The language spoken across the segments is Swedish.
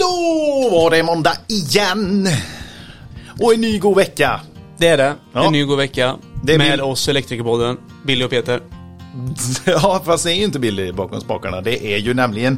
Då var det måndag igen. Och en ny god vecka. Det är det. Ja. En ny god vecka. Det är med oss Elektrikerpodden, Billy och Peter. Ja, fast det är ju inte Billy bakom spakarna. Det är ju nämligen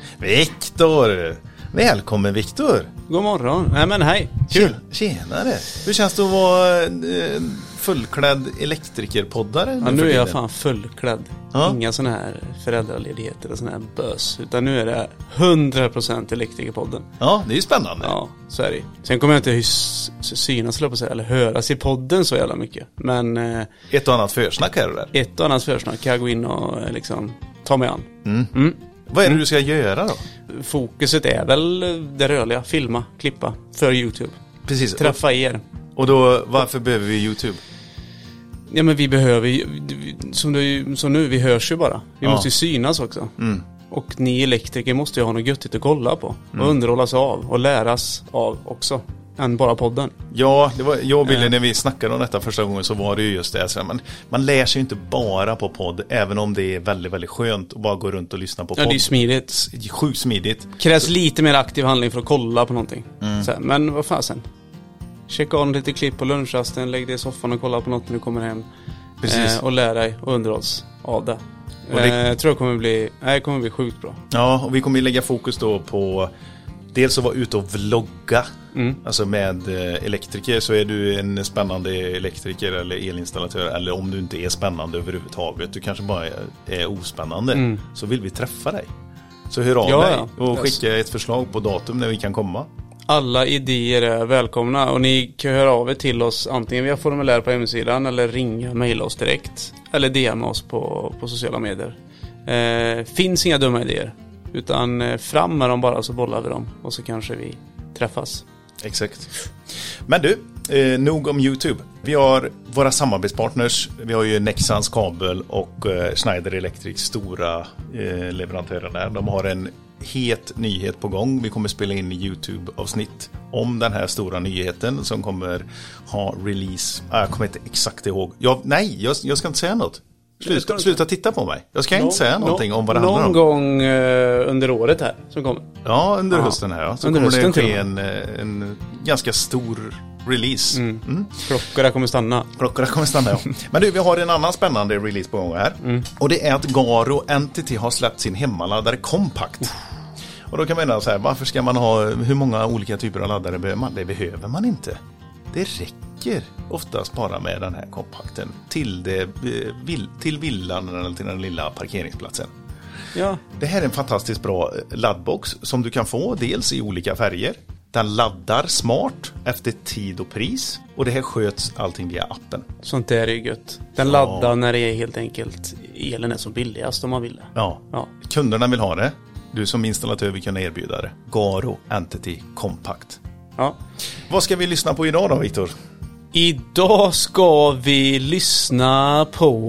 Viktor. Välkommen Viktor. God morgon. Nej men hej. Kul. Tjenare. Hur känns det att vara fullklädd elektrikerpoddare? Ja, nu är jag fan fullklädd. Ja. Inga såna här föräldraledigheter och såna här bös. Utan nu är det 100% Elektrikerpodden. Ja, det är ju spännande. Ja, så är det. Sen kommer jag inte synas eller höras i podden så jävla mycket. Men ett och annat försnack här och där. ett och annat försnack kan jag gå in och liksom ta mig an. Vad är det du ska göra då? Fokuset är väl det rörliga. Filma, klippa för YouTube. Precis. Träffa er. Och då, varför behöver vi YouTube? Ja men vi behöver ju, som nu, vi hörs ju bara. Vi måste ju synas också. Och ni elektriker måste ju ha något göttigt att kolla på. Och underhållas av och läras av också. Än bara podden. Ja, det var jag och Billy när vi snackade om detta första gången så var det ju just det. Så man lär sig ju inte bara på podd, även om det är väldigt, väldigt skönt att bara gå runt och lyssna på podd. Ja, det är smidigt. Sjukt smidigt. Krävs lite mer aktiv handling för att kolla på någonting. Så här, men vad fan sen? Checka av lite klipp på lunchrasten, lägg dig i soffan och kolla på något när du kommer hem. Precis. Och lär dig och underhålls av det. Och det Jag tror det kommer bli sjukt bra. Ja, och vi kommer lägga fokus då på dels att vara ute och vlogga. Alltså med elektriker, så är du en spännande elektriker eller elinstallatör, eller om du inte är spännande överhuvudtaget, du kanske bara är ospännande, så vill vi träffa dig. Så hör av dig och skicka ett förslag på datum när vi kan komma. Alla idéer är välkomna och ni kan höra av er till oss antingen via formulär på hemsidan eller ringa, mejla oss direkt eller DM oss på sociala medier. Finns inga dumma idéer utan fram med dem bara så bollar vi dem och så kanske vi träffas. Exakt. Men du, nog om YouTube. Vi har våra samarbetspartners. Vi har ju Nexans kabel och Schneider Electric, stora leverantörer där. De har en het nyhet på gång. Vi kommer spela in YouTube-avsnitt om den här stora nyheten som kommer ha release. Jag kommer inte exakt ihåg. Jag ska inte säga något. Sluta titta på mig. Jag ska inte säga någonting om vad det handlar om. Någon gång under året här som kommer. Ja, under hösten här. Ja. Så under kommer det ske en ganska stor release. Klockorna kommer stanna. Ja. Men du, vi har en annan spännande release på gång här. Och det är att Garo Entity har släppt sin hemmaladdare Compact. Och då kan man säga, varför ska man ha, hur många olika typer av laddare behöver man? Det behöver man inte. Det räcker oftast bara med den här kompakten till villan eller till den lilla parkeringsplatsen. Ja. Det här är en fantastiskt bra laddbox som du kan få dels i olika färger. Den laddar smart efter tid och pris. Och det här sköts allting via appen. Sånt där är gött. Den laddar när det är helt enkelt elen är som billigast om man vill det. Ja. Kunderna vill ha det. Du som installatör vill kunna erbjuda det. Garo Entity Compact. Ja. Vad ska vi lyssna på idag då, Viktor? Idag ska vi lyssna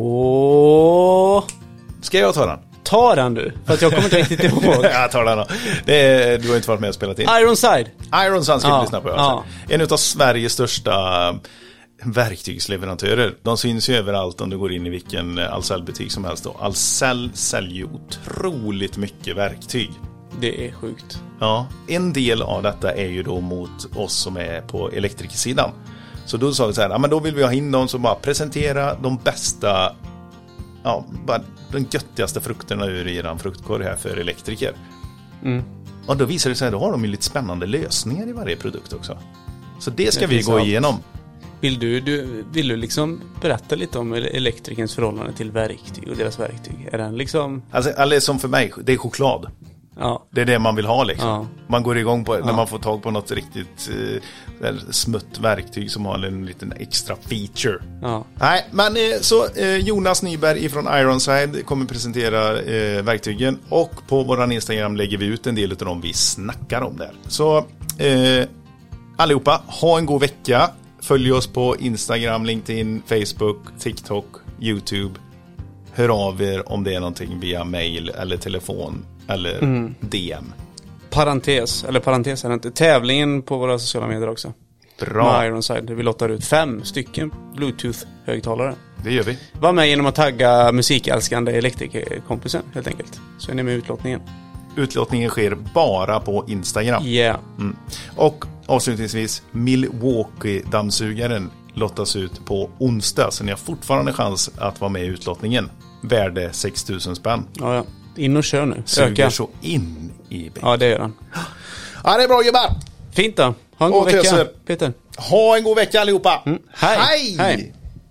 på... Ska jag ta den? Ta den du, för att jag kommer inte riktigt ihåg. Jag tar den då. Du har inte varit med och spelat in. Ironside ska vi lyssna på. Ja. En av Sveriges största verktygsleverantörer. De syns ju överallt om du går in i vilken Ahlsell-butik som helst. Ahlsell säljer otroligt mycket verktyg. Det är sjukt. Ja, en del av detta är ju då mot oss som är på elektrikersidan. Så då sa vi så här, men då vill vi ha in dem som bara presentera de bästa, bara de göttigaste frukterna ur eran fruktkorg här för elektriker. Och då visar det sig att då har de ju lite spännande lösningar i varje produkt också. Så det ska vi gå igenom. Vill du liksom berätta lite om elektrikens förhållande till verktyg och deras verktyg? Är den liksom... Alltså som för mig, det är choklad. Ja. Det är det man vill ha liksom. Ja. Man går igång på när man får tag på något riktigt smutt verktyg som har en liten extra feature. Ja. Nej, men så Jonas Nyberg från Ironside kommer presentera verktygen och på våran Instagram lägger vi ut en del av dem vi snackar om där. Så allihopa, ha en god vecka. Följ oss på Instagram, LinkedIn, Facebook, TikTok, YouTube. Hör av er om det är någonting via mail eller telefon eller DM. Parentes är det inte. Tävlingen på våra sociala medier också. Bra. Med Ironside. Vi lottar ut 5 stycken Bluetooth-högtalare. Det gör vi. Var med genom att tagga musikälskande elektrikerkompisen helt enkelt. Så är ni med i utlottningen. Utlottningen sker bara på Instagram. Yeah. Och avslutningsvis, Milwaukee-dammsugaren lottas ut på onsdag. Så ni har fortfarande chans att vara med i utlottningen. Värde 6 000 spänn. Ja. In och kör nu. Suger så in i bänken. Ja, det gör han. Ja, det är bra gubbar. Fint då. Ha en god vecka, Peter. Ha en god vecka allihopa. Hej. Hej.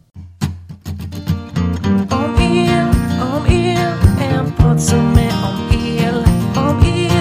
Om el, en podd som är om el. Om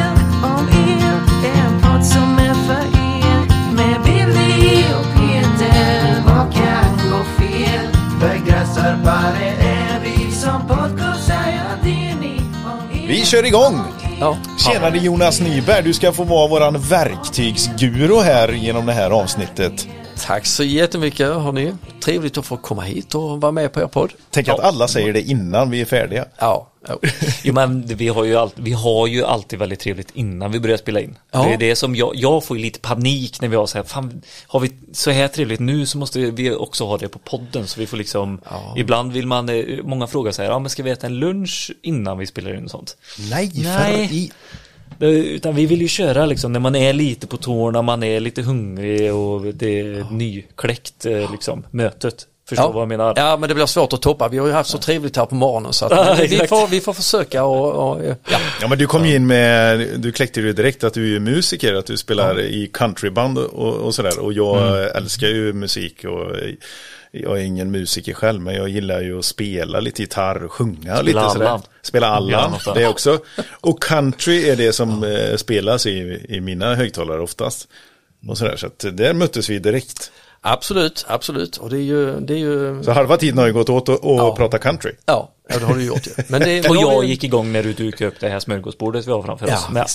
el, en podd som är för er. Med Billy och Peter, vad kan gå fel? Begränsarbare är vi som podcastar, ja det är ni. Vi kör igång. Ja. Tjenare Jonas Nyberg, du ska få vara våran verktygsguru här genom det här avsnittet. Tack så jättemycket, hörni. Trevligt att få komma hit och vara med på er podd. Tänk att alla säger det innan vi är färdiga. Ja. Jo, men vi har ju alltid väldigt trevligt innan vi börjar spela in. Ja. Det är det som jag får ju lite panik när vi har så här, fan, har vi så här trevligt nu så måste vi också ha det på podden så vi får liksom, ibland vill man, många frågar så här, ja men ska vi äta en lunch innan vi spelar in och sånt? Nej. Utan vi vill ju köra liksom när man är lite på tårna, man är lite hungrig och det är nykläckt liksom, mötet. Förstår vad jag menar? Ja, men det blir svårt att toppa. Vi har ju haft så trevligt här på morgonen så att vi får försöka och Ja, men du kom ju in med, du kläckte ju direkt att du är musiker, att du spelar i countryband och sådär. Och jag älskar ju musik och jag är ingen musiker själv, men jag gillar ju att spela lite gitarr och sjunga lite sådär. Spela Allan, det också. Och country är det som spelas i mina högtalare oftast. Och sådär, så att där möttes vi direkt. Absolut. Och det är ju... Så halva tiden har ju gått åt att prata country. Ja, det har du gjort ju. Men och jag gick igång när du dukade upp det här smörgåsbordet vi har framför oss. Med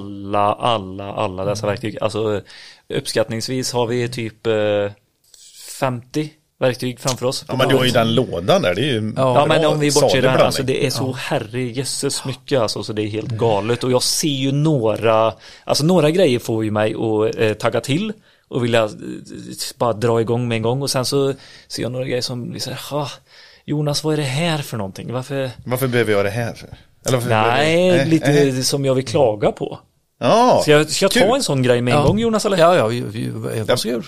alla dessa verktyg. Alltså uppskattningsvis har vi typ 50 verktyg framför oss. Ja, men du har ju den lådan där, det är ju ja, men om vi bortser det här, alltså det är så herrejösses mycket alltså, så det är helt galet. Och jag ser ju några grejer får ju mig att tagga till och vilja bara dra igång med en gång. Och sen så ser jag några grejer som blir så här, Jonas, vad är det här för någonting? Varför behöver jag det här? Eller lite som jag vill klaga på. Ja, ska jag ta en sån grej med en gång, Jonas? Eller? Ja, varsågod.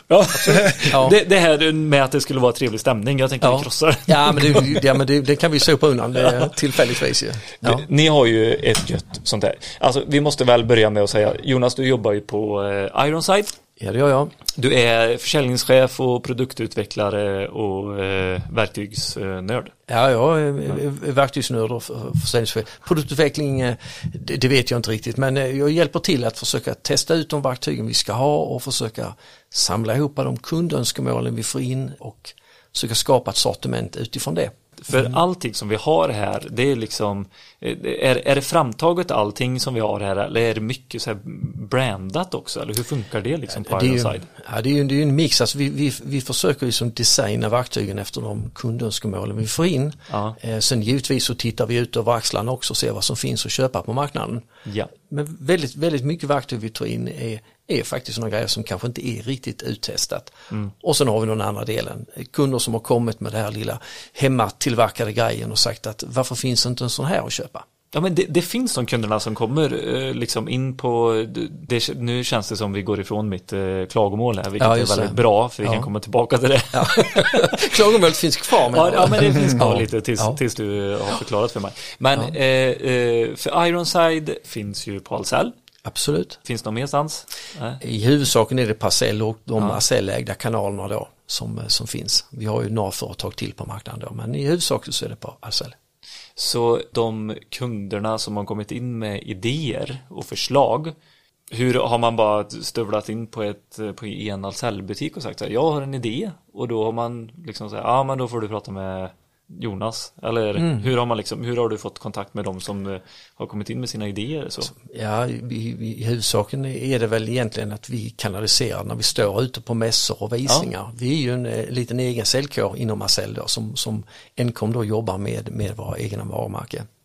Det här med att det skulle vara trevlig stämning, jag tänkte vi krossar. Ja, men det kan vi sopa undan tillfälligtvis ju. Ja. Ni har ju ett gött sånt här. Alltså, vi måste väl börja med att säga, Jonas, du jobbar ju på Ironside. Ja, det gör jag. Du är försäljningschef och produktutvecklare och verktygsnörd. Ja, jag är verktygsnörd och försäljningschef. Produktutveckling, det vet jag inte riktigt, men jag hjälper till att försöka testa ut de verktygen vi ska ha och försöka samla ihop de kundönskemålen vi får in och försöka skapa ett sortiment utifrån det. För allting som vi har här, det är liksom, är det framtaget allting som vi har här, eller är det mycket så här brandat också, eller hur funkar det liksom på Ironside? Det är ju en mix, alltså vi försöker ju som designa verktygen efter de kundönskemålen vi får in. Ja. Sen givetvis så tittar vi ut över axlarna också och ser vad som finns att köpa på marknaden. Ja. Men väldigt, väldigt mycket verktyg vi tar in är faktiskt några grejer som kanske inte är riktigt uttestat. Och sen har vi någon andra delen. Kunder som har kommit med det här lilla hemmatillverkade grejen och sagt att varför finns inte en sån här att köpa? Ja, men det finns de kunderna som kommer liksom in på det, nu känns det som vi går ifrån mitt klagomål här, vilket är väldigt bra, för vi kan komma tillbaka till det. Ja. Klagomålet finns kvar. Men det finns kvar lite tills du har förklarat för mig. Men för Ironside finns ju på Ahlsell. Absolut. Finns det någon merstans? I huvudsaken är det Parcell och de Ahlsell-ägda kanalerna då som finns. Vi har ju några företag till på marknaden då, men i huvudsak så är det på Ahlsell. Så de kunderna som har kommit in med idéer och förslag, hur har man bara stövlat in på en Ahlsell-butik och sagt så här, jag har en idé, och då har man liksom så här, men då får du prata med Jonas, eller hur har du fått kontakt med dem som har kommit in med sina idéer? Så? Ja, i huvudsaken är det väl egentligen att vi kanaliserar när vi står ute på mässor och visningar. Ja. Vi är ju en liten egen säljkår inom Ahlsell då, som enkom då jobbar med våra egna varumärken.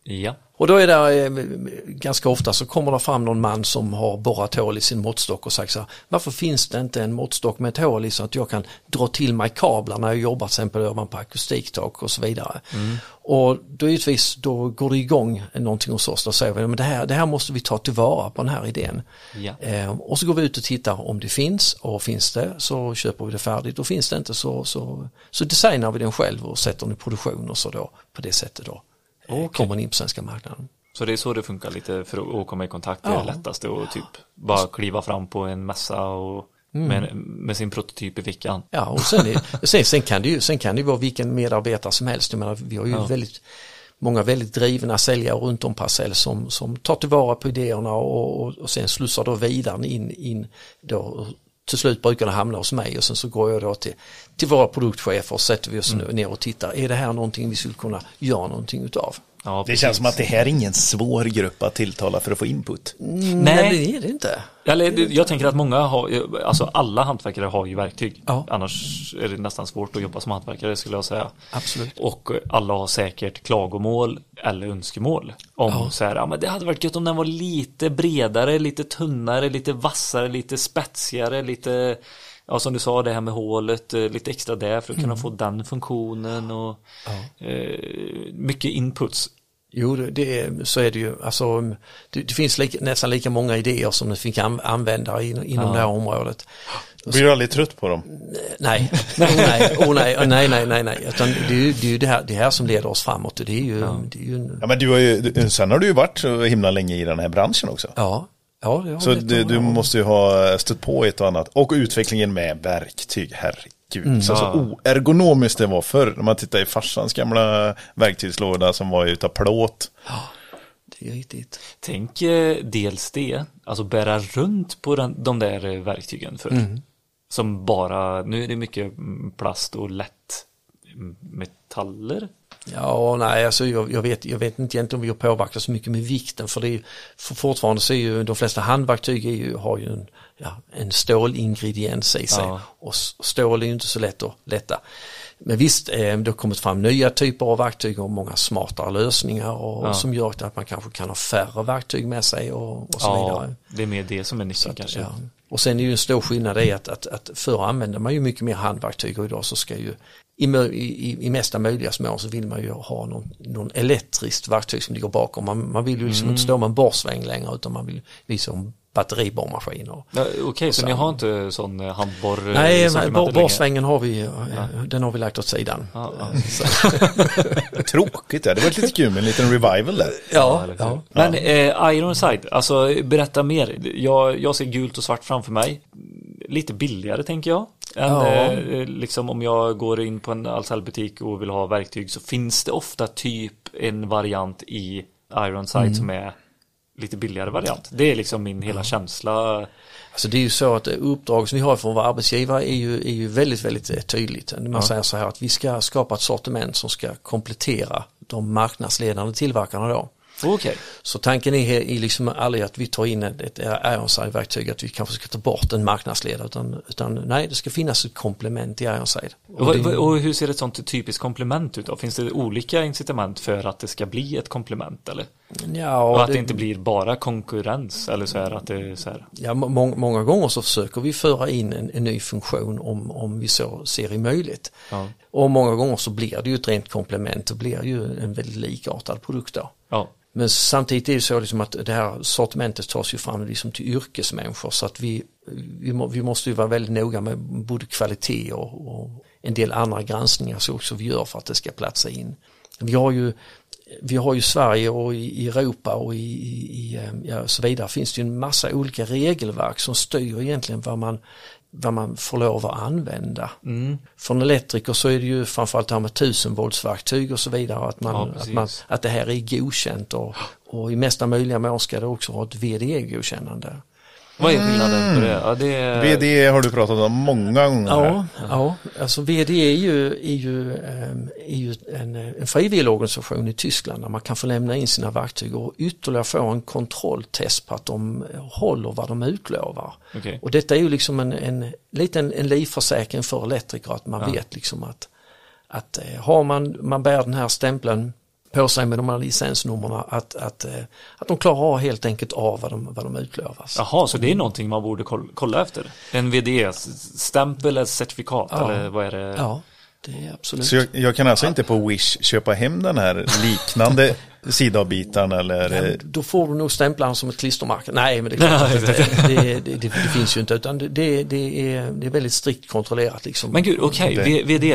Ja. Och då är det ganska ofta så kommer det fram någon man som har borrat hål i sin måttstock och sagt så här, varför finns det inte en måttstock med ett hål i så att jag kan dra till mig kablar när jag jobbar till exempel ovanpå akustiktak och så vidare. Och då givetvis då går det igång någonting hos oss. Då säger vi, men det här måste vi ta tillvara på den här idén. Ja. Och så går vi ut och tittar om det finns, och finns det så köper vi det färdigt, och finns det inte så designar vi den själv och sätter den i produktion, och så då på det sättet då kommer den in på svenska marknaden. Så det är så det funkar lite för att komma i kontakt. Det är det lättaste och typ bara kliva fram på en mässa och med sin prototyp i fickan. Ja, och sen kan det vara vilken medarbetare som helst. Jag menar, vi har ju många väldigt drivna säljare runt om Parcell som tar tillvara på idéerna och sen slussar då vidare in då. Till slut brukar det hamna hos mig, och sen så går jag då till våra produktchefer och sätter vi oss ner och tittar. Är det här någonting vi skulle kunna göra någonting utav? Ja, det känns som att det här är ingen svår grupp att tilltala för att få input. Nej, det är det inte. Jag tänker att många har, alltså alla hantverkare har ju verktyg. Ja. Annars är det nästan svårt att jobba som hantverkare, skulle jag säga. Absolut. Och alla har säkert klagomål eller önskemål om så här, ja, men det hade varit gött om den var lite bredare, lite tunnare, lite vassare, lite spetsigare, lite, ja, som du sa, det här med hålet, lite extra där för att kunna få den funktionen och mycket inputs. Jo, så är det ju. Alltså, det finns nästan lika många idéer som det finns användare inom det här området. Blir du aldrig trött på dem? Nej. Utan det är ju det här som leder oss framåt. Det är ju, Ja, men sen har du ju varit så himla länge i den här branschen också. Ja, så du måste ju ha stött på ett och annat. Och utvecklingen med verktyg, herregud. Så oergonomiskt det var förr. När man tittar i farsans gamla verktygslåda som var utav plåt. Ja, det är riktigt. Tänk dels det, alltså bära runt på de där verktygen förr. Som bara, nu är det mycket plast och lätt metaller. Ja, nej, alltså jag vet inte egentligen om vi har påverkat så mycket med vikten, för fortfarande så är ju de flesta handverktyg har ju en stålingrediens i sig, och stål är ju inte så lätt att lätta. Men visst, det har kommit fram nya typer av verktyg och många smartare lösningar och som gör att man kanske kan ha färre verktyg med sig och så vidare. Det är mer det som är nyckeln kanske. Ja. Och sen är ju en stor skillnad i att förr använder man ju mycket mer handverktyg, och idag så ska ju i mesta möjliga mån så vill man ju ha någon elektriskt verktyg som ligger bakom. Man vill ju liksom inte stå med en borrsväng längre, utan man vill visa en batteriborrmaskin. Okej, så ni har inte sån handborr? Nej, borrsvängen har vi, den har vi lagt åt sidan. Tråkigt, det var lite kul med en liten revival där. Ja. Men Ironside, alltså berätta mer. Jag ser gult och svart framför mig. Lite billigare tänker jag. Liksom om jag går in på en Ahlsell-butik och vill ha verktyg, så finns det ofta typ en variant i Ironside som är lite billigare variant. Det är liksom min hela känsla. Alltså det är ju så att uppdrag som vi har från våra arbetsgivare är ju väldigt, väldigt tydligt. Man säger så här att vi ska skapa ett sortiment som ska komplettera de marknadsledande tillverkarna då. Okay. Så tanken är liksom aldrig att vi tar in ett Ironside-verktyg, att vi kanske ska ta bort en marknadsledare, utan nej, det ska finnas ett komplement i Ironside. Och hur ser ett sånt typiskt komplement ut då? Finns det olika incitament för att det ska bli ett komplement, eller? Ja, och att det inte blir bara konkurrens, eller så är att det är så här? Ja, många gånger så försöker vi föra in en ny funktion om vi så ser det möjligt. Ja. Och många gånger så blir det ju ett rent komplement, och blir ju en väldigt likartad produkt då. Ja. Men samtidigt är det så liksom att det här sortimentet tas ju fram liksom till yrkesmänniskor, så att vi måste ju vara väldigt noga med både kvalitet och en del andra granskningar så också vi gör för att det ska platsa in. Vi har ju Sverige och i Europa och så vidare finns det ju en massa olika regelverk som styr egentligen vad man får lov att använda. För en elektriker så är det ju framförallt det här med 1000-voltsverktyg och så vidare, att det här är godkänt, och i mesta möjliga mån ska det också ha ett VDE-godkännande. Vad är skillnaden på det? VDE har du pratat om många gånger. Ja, alltså VDE är ju en frivillig organisation i Tyskland där man kan få lämna in sina verktyg och ytterligare få en kontrolltest på att de håller vad de utlovar. Okay. Och detta är ju liksom en livförsäkring för elektriker, att man vet liksom att har man bär den här stämpeln på sig med de här licensnumren att de klarar helt enkelt av vad de utlovas. Jaha, så det är någonting man borde kolla efter? En VD-stämpel eller certifikat eller vad är det? Ja, det är absolut. Så jag kan alltså inte på Wish köpa hem den här liknande sidobitan eller? Ja, då får du nog stämplarna som ett klistermärke. Nej, men det är klart det finns ju inte, utan det är väldigt strikt kontrollerat liksom. Men gud, okej, VD,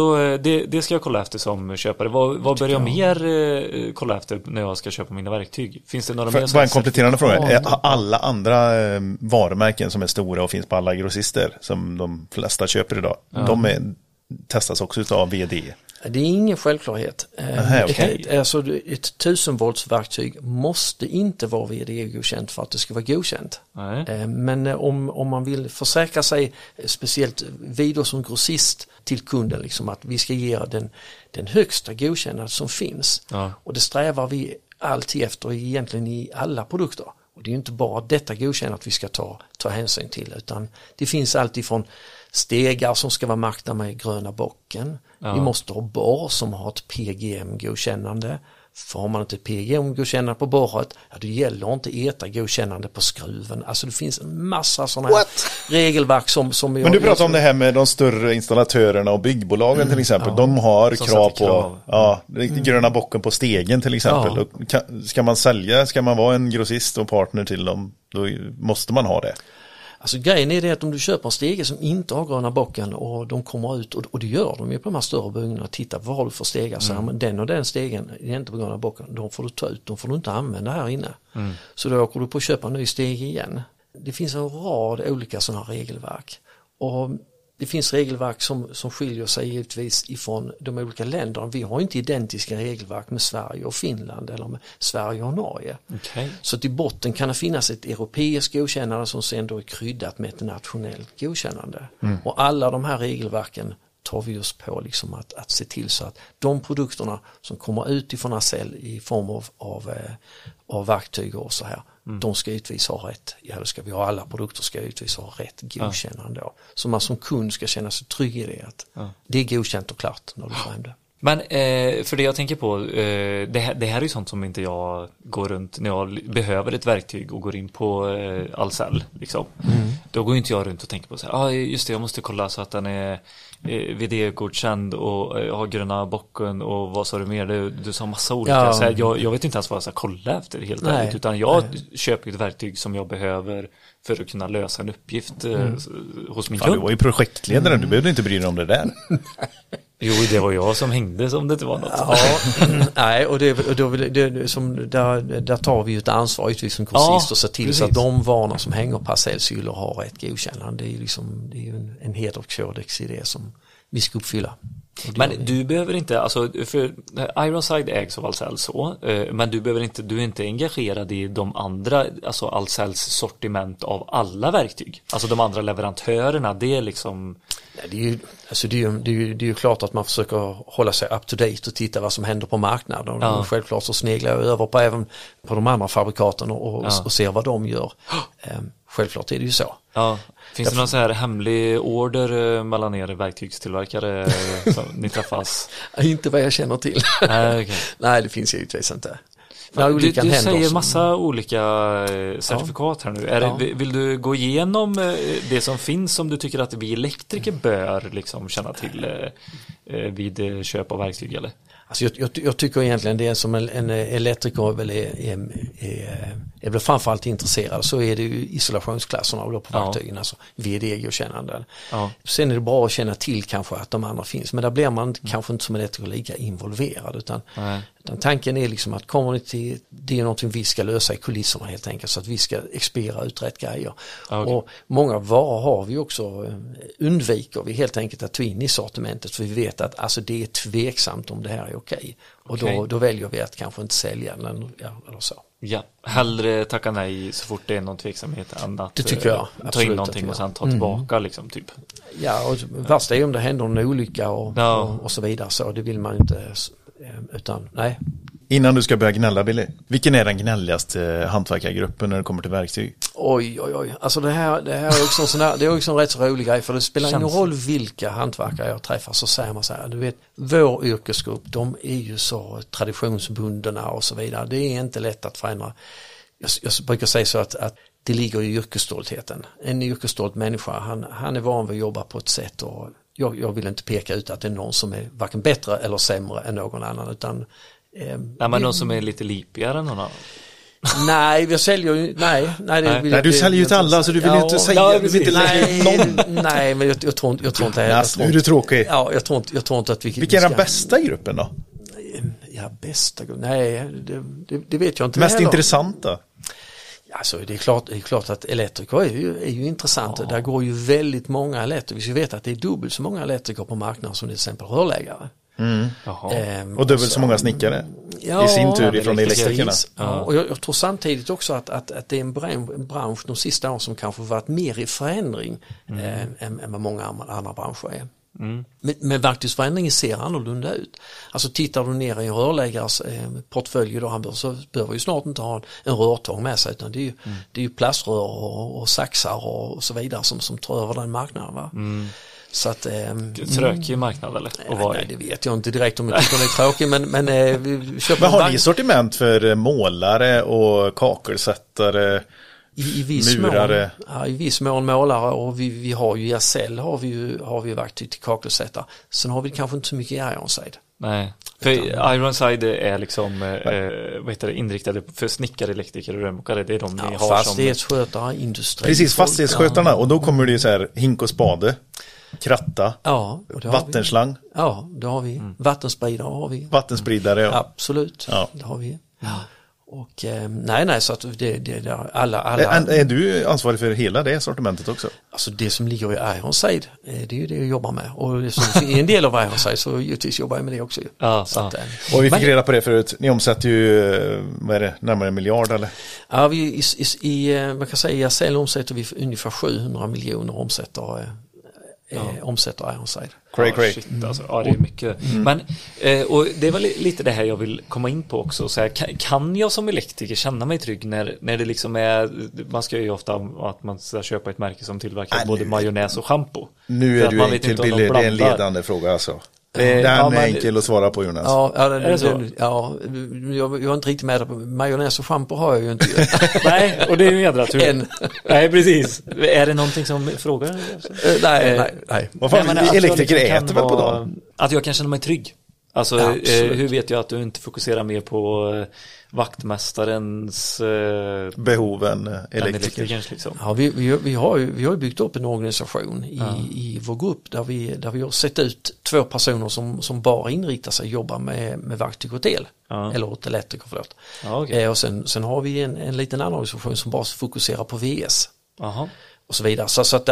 det ska jag kolla efter som köpare. Vad bör jag mer kolla efter när jag ska köpa mina verktyg? Finns det några mer? Bara en kompletterande fråga. Alla andra varumärken som är stora och finns på alla grossister som de flesta köper idag, de testas också av VD? Det är ingen självklarhet. Okay. Alltså ett 1000 volts verktyg måste inte vara VDE-godkänt för att det ska vara godkänt. Men om man vill försäkra sig, speciellt vi då som grossist till kunden, liksom, att vi ska ge den högsta godkännande som finns. Och det strävar vi alltid efter egentligen i alla produkter. Och det är ju inte bara detta godkännande att vi ska ta hänsyn till, utan det finns alltid från stegar som ska vara märkta med gröna bocken. Vi måste ha borr som har ett PGM-godkännande. För har man inte PGM-godkännande på borret, då gäller inte ETA-godkännande på skruven. Alltså det finns en massa sådana här regelverk som... Men du pratar om det här med de större installatörerna och byggbolagen till exempel. De har krav på gröna bocken på stegen till exempel. Ska man sälja, ska man vara en grossist och partner till dem, då måste man ha det. Alltså grejen är det att om du köper en stege som inte har gröna bocken och de kommer ut, och det gör de ju på de här större byggnaderna, titta vad har du för stegar, så här, men den och den stegen är inte på gröna bocken, de får du ta ut, de får du inte använda här inne. Så då åker du på att köpa en ny steg igen. Det finns en rad olika sådana här regelverk, och det finns regelverk som skiljer sig givetvis ifrån de olika länderna. Vi har inte identiska regelverk med Sverige och Finland eller med Sverige och Norge. Så att i botten kan det finnas ett europeiskt godkännande som sen då är kryddat med ett nationellt godkännande. Och alla de här regelverken tar vi just på liksom att se till så att de produkterna som kommer ut ifrån Ahlsell i form av verktyg och så här, de ska givetvis ha rätt. Ja, det ska vi ha. Alla produkter ska givetvis ha rätt godkännande då. Så man som kund ska känna sig trygg i det. Att det är godkänt och klart när du får hem det. Men för det jag tänker på, det här är ju sånt som inte jag går runt när jag behöver ett verktyg och går in på Ahlsell liksom. Då går inte jag runt och tänker på så här, just det, jag måste kolla så att den är VD-godkänd och har gröna bocken och vad sa du mer? Du sa massa olika. Så här, jag vet inte ens vad jag ska kolla efter helt ärligt, utan jag köper ett verktyg som jag behöver för att kunna lösa en uppgift hos min kund. Du var ju projektledare, du behövde inte bry dig om det där. Jo, det var jag som hängde som det inte var något. Nej, och där tar vi ju ett ansvar utvis som grossist och se till så att de varor som hänger på Ahlsell har rätt godkännande. Det är ju en hederskodex i det som vi ska uppfylla. Men du behöver inte, alltså för Ironside ägs av Ahlsell så, men du är inte engagerad i de andra, alltså Ahlsells sortiment av alla verktyg. Alltså de andra leverantörerna, det är liksom... Det är ju klart att man försöker hålla sig up to date och titta vad som händer på marknaden. Och självklart så sneglar jag över på även på de andra fabrikaten och ser vad de gör. Självklart är det ju så. Finns det någon så här hemlig order mellan er verktygstillverkare som ni träffas? Inte vad jag känner till. Nej, det finns givetvis inte. Du säger massa olika certifikat här nu. Vill du gå igenom det som finns som du tycker att vi elektriker bör liksom känna till vid köp av verktyg eller? Alltså jag tycker egentligen det är som en elektriker är väl framförallt intresserad, så är det ju isolationsklasserna och då på verktygen, alltså VD-godkännande. Sen är det bra att känna till kanske att de andra finns, men där blir man kanske inte som elektriker lika involverad, utan tanken är liksom att kommer det till, det är någonting vi ska lösa i kulisserna helt enkelt, så att vi ska expera ut rätt grejer. Och många varor har vi också, undviker vi helt enkelt att ta in i sortimentet, för vi vet att alltså det är tveksamt om det här är okej. Och då väljer vi att kanske inte sälja den eller så. Ja, hellre tacka nej så fort det är någon tveksamhet än att det tycker jag, ta in någonting och sen ta tillbaka liksom typ. Ja, och värsta är om det händer en olycka och så vidare, så det vill man inte, utan nej. Innan du ska börja gnälla, Billy. Vilken är den gnälligaste hantverkargruppen när det kommer till verktyg? Oj. Alltså det här är också en sån där, det är också en rätt så rolig grej, för det spelar ingen roll vilka hantverkare jag träffar, så säger man så här, du vet, vår yrkesgrupp, de är ju så traditionsbundna och så vidare. Det är inte lätt att förändra. Jag brukar säga så att det ligger i yrkesstoltheten. En yrkesstolt människa, han är van vid att jobba på ett sätt, och jag vill inte peka ut att det är någon som är varken bättre eller sämre än någon annan, utan men någon som är lite lipigare än någon annan. Nej, vi säljer ju, nej, du säljer ju till alla, så du vill ju inte säga, du vill inte lägga ut någon. Nej, men jag tror inte Alltså, är du tråkig? Ja, jag tror inte att vi... Vilken är den bästa gruppen då? Ja, bästa gruppen? Nej, det vet jag inte. Mest intressanta? Alltså, det är klart att elektriker är ju intressant. Ja. Där går ju väldigt många elektriker. Vi ska veta att det är dubbelt så många elektriker på marknaden som till exempel rörläggare. Och dubbelt så många snickare i sin tur ifrån elektrikerna. Ja. Och jag tror samtidigt också att det är en bransch de sista åren som kanske varit mer i förändring än vad många andra branscher är. Men verktygsförändringen ser annorlunda ut. Alltså tittar du ner i en rörläggares portfölj då, så behöver ju snart inte ha en rörtång med sig, utan det är ju plaströr och saxar och så vidare som tar över den marknaden, va? Så att, tråkig marknad eller? Nej, det vet jag inte direkt om jag tycker det är tråkigt, men vi köper. Men har ni sortiment för målare och kakelsättare? I viss mån målare, och vi har ju Jasell har vi verktyg till kakelsättare. Sen har vi kanske inte så mycket i Ironside. Nej, för Ironside är liksom vad heter det, inriktade för snickare, elektriker och rörmokare. Det är de ni har fastighetsskötare, industri. Precis, fastighetsskötarna, och då kommer det ju så här hink och spade, kratta, vattenslang. Ja, det har vi. Vattenspridare har vi. Vattenspridare, ja. Absolut, det har vi. Och nej, så att det alla. Är du ansvarig för hela det sortimentet också? Alltså det som ligger i Ironside, det är ju det jag jobbar med, och det som är en del av Ironside, så givetvis jobbar jag med det också. Så att, och vi fick reda på det förut, ni omsätter ju, vad är det, närmare 1 miljard eller? Ja, vi man kan säga i Jasell omsätter vi ungefär 700 miljoner omsätter Ironside. Cray. Shit, alltså. Ja, det är mycket. Men, och det var lite det här jag vill komma in på också. Så här, kan jag som elektriker känna mig trygg när det liksom är, man ska ju ofta att man ska köpa ett märke som tillverkar både majonnäs och shampoo. Nu är du enkel, Billy, det är en ledande fråga alltså. Den är enkel att svara på, Jonas. Jag är inte riktigt med på majonnäs och shampoo har jag ju inte. Nej, och det är ju jädra tur. Nej, precis. Är det någonting som frågar? Nej. Vad fan, elektriker äter väl på dagen? Att jag kan känna mig trygg. Alltså, hur vet jag att du inte fokuserar mer på vaktmästarens behoven elektriker liksom. Ja, vi har ju byggt upp en organisation i vår grupp där vi har sett ut 2 personer som bara inriktar sig jobba med verktyg och el. Eller åt elektriker, förlåt. Okay. Och sen har vi en liten annan organisation som bara fokuserar på VS. Och så vidare. Så att där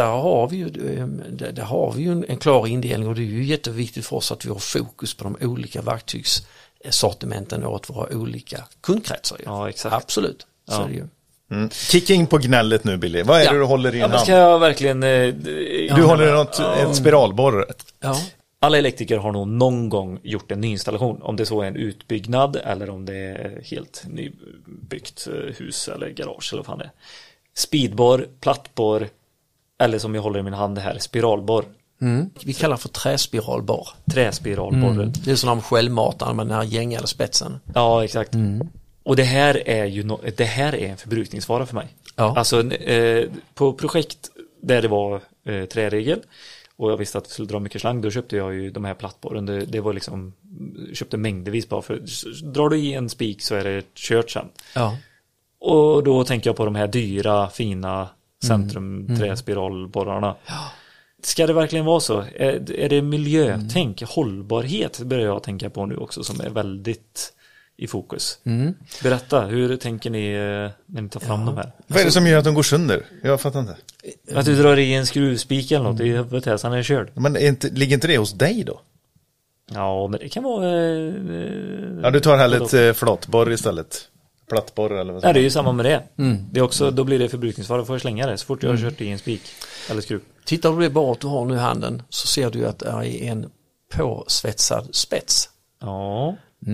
har vi ju en klar indelning, och det är ju jätteviktigt för oss att vi har fokus på de olika verktygssortimenten åt våra olika kundkretsar. Ja, exakt. Absolut. Så är det ju. Kicka in på gnället nu, Billy. Vad är det du håller i en hand? Ska jag verkligen... du håller ett spiralborr. Ja. Alla elektriker har nog någon gång gjort en nyinstallation, om det så är en utbyggnad eller om det är helt nybyggt hus eller garage eller vad fan det är. Speedborr, plattborr, eller som jag håller i min hand det här, spiralborr. Vi kallar för träspiralborr. Träspiralborren. Det är sådana de självmatar med den här gängade spetsen. Ja, exakt. Och det här är ju det här är en förbrukningsvara för mig. Ja. Alltså på projekt där det var träregel och jag visste att det skulle dra mycket slang, då köpte jag ju de här plattborren. Det var liksom, köpte mängdervis bara för drar du i en spik så är det kört sen. Ja. Och då tänker jag på de här dyra, fina centrum-träspiralborrarna. Ja. Ska det verkligen vara så? Är det miljötänk, hållbarhet börjar jag tänka på nu också, som är väldigt i fokus. Berätta, hur tänker ni när ni tar fram de här? Vad är det som gör att de går sönder? Jag fattar inte. Att du drar i en skruvspik eller något i huvudet, sen är det körd. Men ligger inte det hos dig då? Ja, men det kan vara... ja, du tar hellre ett flatborr istället. Plattborr eller vad? Ja, det är ju samma med det. Det är också, då blir det förbrukningsvara för att slänga det så fort jag har kört i en spik eller skruv. Tittar du det bara att du har nu i handen, så ser du att det är en påsvetsad spets. Ja.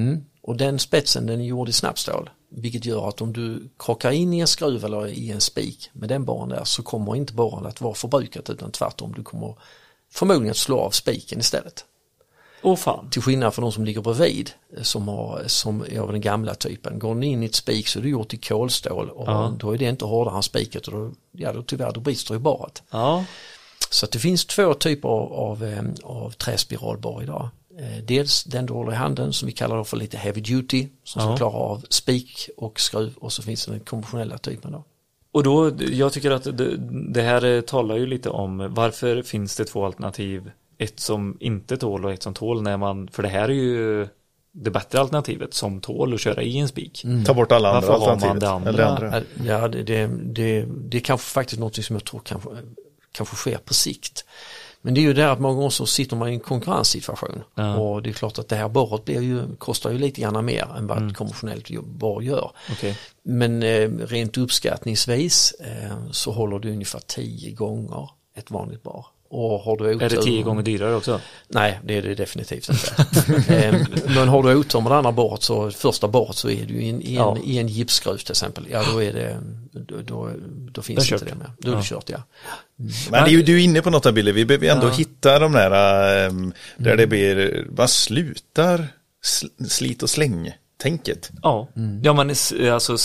Och den spetsen den är gjord i snabbstål, vilket gör att om du krockar in i en skruv eller i en spik med den borren där, så kommer inte borren att vara förbrukat, utan tvärtom, du kommer förmodligen att slå av spiken istället. Fan. Till skillnad från de som ligger bredvid som är av den gamla typen. Går ni in i ett spik så är det gjort i kolstål och då är det inte hårdare än spiket och då tyvärr då brister ju borret. Ja. Så att det finns 2 typer av träspiralborr idag. Dels den du håller i handen som vi kallar för lite heavy duty som ska klara av spik och skruv, och så finns det den konventionella typen då. Och då, jag tycker att det här talar ju lite om varför finns det 2 alternativ, ett som inte tål och ett som tål, för det här är ju det bättre alternativet som tål att köra i en spik. Ta bort alla andra Varför alternativet. har man det andra? Ja, det är kanske faktiskt något som jag tror kanske sker på sikt. Men det är ju där att många gånger så sitter man i en konkurrenssituation och det är klart att det här borret kostar ju lite grann mer än vad ett konventionellt borr gör. Okay. Men rent uppskattningsvis så håller du ungefär 10 gånger ett vanligt borr. Och har du otur, är det 10 gånger dyrare också? Nej, det är det definitivt inte. Men har du otur med det andra borret, så första borret, så är du i en gipsskruv till exempel. Ja, då är det då finns inte det mer. Då är det kört, ja. Men du är inne på något här, Billy. Vi behöver ändå hitta de där där det blir, bara slutar slit och släng tänket. Ja, men alltså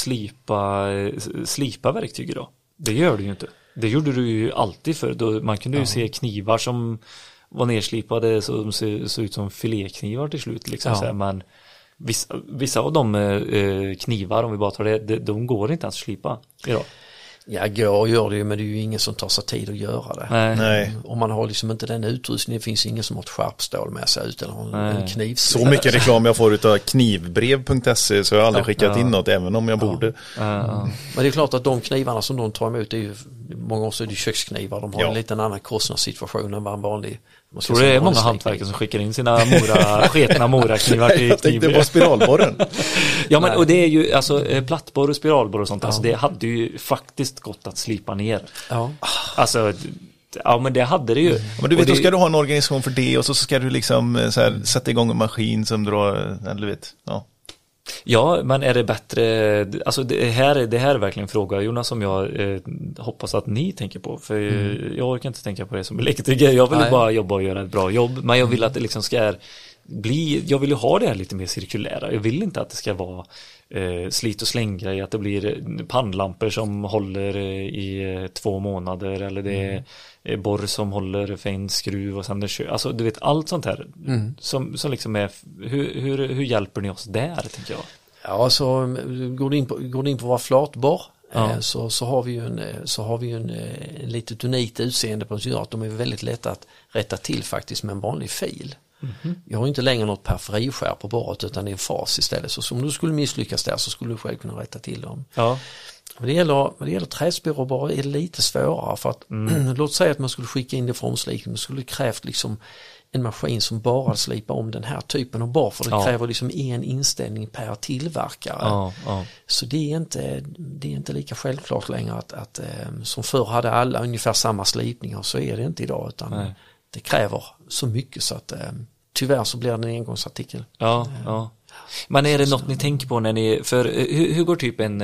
slipa verktyg då. Det gör du ju inte. Det gjorde du ju alltid för. Då man kunde ju se knivar som var nerslipade som såg ut som filéknivar till slut. Liksom, så här. Men vissa av de knivar, om vi bara tar det, de går inte att slipa idag. Ja, gör det ju, men det är ju ingen som tar sig tid att göra det. Nej. Om man har liksom inte den utrustningen, det finns ingen som har ett skärpstål med sig ut eller en kniv. Så mycket reklam jag får utav knivbrev.se så jag har aldrig skickat in något, även om jag borde. Men det är klart att de knivarna som de tar emot, det är ju många gånger så är det köksknivar. De har en liten annan kostnadssituation än vad en vanlig. Jag tror det är många hantverkare som skickar in sina sketna moraknivar till jag tänkte på spiralborren. Ja, men och det är ju alltså plattborr och spiralborr och sånt, alltså det hade ju faktiskt gått att slipa ner. Ja. Alltså men det hade det ju. Ja, men du vet, då ska du ha en organisation för det och så ska du liksom så här, sätta igång en maskin som drar, eller du vet, Ja, men är det bättre, alltså det här är verkligen en fråga, Jonas, som jag hoppas att ni tänker på, för jag orkar inte tänka på det som elektriker, jag vill bara jobba och göra ett bra jobb, men jag vill att det liksom ska jag vill ju ha det här lite mer cirkulära, jag vill inte att det ska vara slit och slänggrej, att det blir pannlampor som håller i 2 månader, eller det är borr som håller för en skruv och sen alltså du vet, allt sånt här som liksom är, hur hjälper ni oss där, tänker jag? Ja, så går du in på våra flatborr så har vi ju en litet unikt utseende på som gör att de är väldigt lätta att rätta till faktiskt med en vanlig fil. Jag har inte längre något periferiskär på borret, utan det är en fas istället. Så om du skulle misslyckas där så skulle du själv kunna rätta till dem. Ja. Vad det gäller träspiralborr är det lite svårare, för att låt säga att man skulle skicka in det för omslipning, man skulle krävt liksom en maskin som bara slipar om den här typen av borr, för det kräver liksom en inställning per tillverkare. Så det är inte lika självklart längre att som förr hade alla ungefär samma slipningar, så är det inte idag, utan det kräver så mycket så att tyvärr så blir det en engångsartikel. Ja. Men är det något ni tänker på när ni, för hur går typ en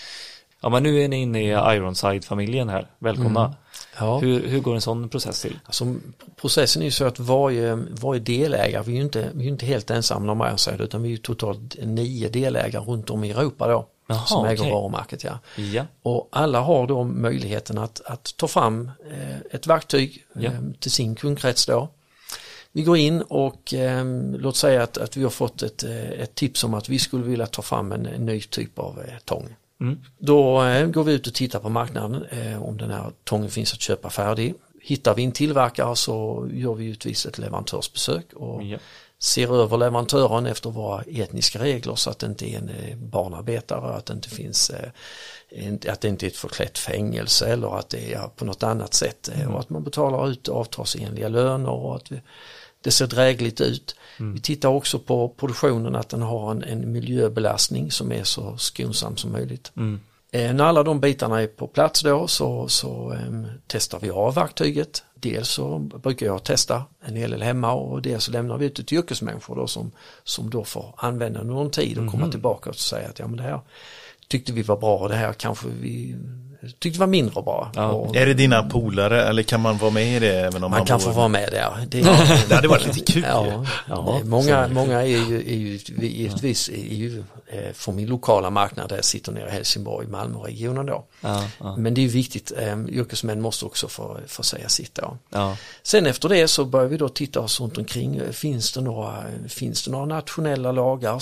men nu är ni inne i Ironside-familjen här, välkomna. Hur går en sån process till? Alltså, processen är ju så att varje delägare, vi är ju inte helt ensamma om Ironside, utan vi är ju totalt 9 delägare runt om i Europa då. Som äger varumärket, Och alla har då möjligheten att ta fram ett verktyg till sin kundkrets då. Vi går in och låt säga att vi har fått ett tips om att vi skulle vilja ta fram en ny typ av tång. Då går vi ut och tittar på marknaden om den här tången finns att köpa färdig. Hittar vi en tillverkare så gör vi utvis ett leverantörsbesök och ser över leverantören efter våra etniska regler, så att det inte är en barnarbetare, att det inte finns att det inte är ett förklätt fängelse, eller att det är på något annat sätt, och att man betalar ut avtalsenliga löner och att det ser drägligt ut. Vi tittar också på produktionen, att den har en miljöbelastning som är så skonsam som möjligt. När alla de bitarna är på plats då så testar vi av verktyget. Dels så brukar jag testa en hel del hemma och dels så lämnar vi ut till yrkesmänniskor då som då får använda någon tid och komma tillbaka och säga att ja, men det här tyckte vi var bra och det här kanske vi tyckte var mindre bra. Ja. Och, Är det dina polare eller kan man vara med i det även om man kan få vara med där. Det hade varit lite kul. Ja. Många är ju givetvis är ju från min lokala marknad där jag sitter nere i Helsingborg, Malmöregionen då. Ja. Men det är ju viktigt, yrkesmän måste också få säga sitt då. Ja. Sen efter det så börjar vi då titta oss runt omkring. Finns det några nationella lagar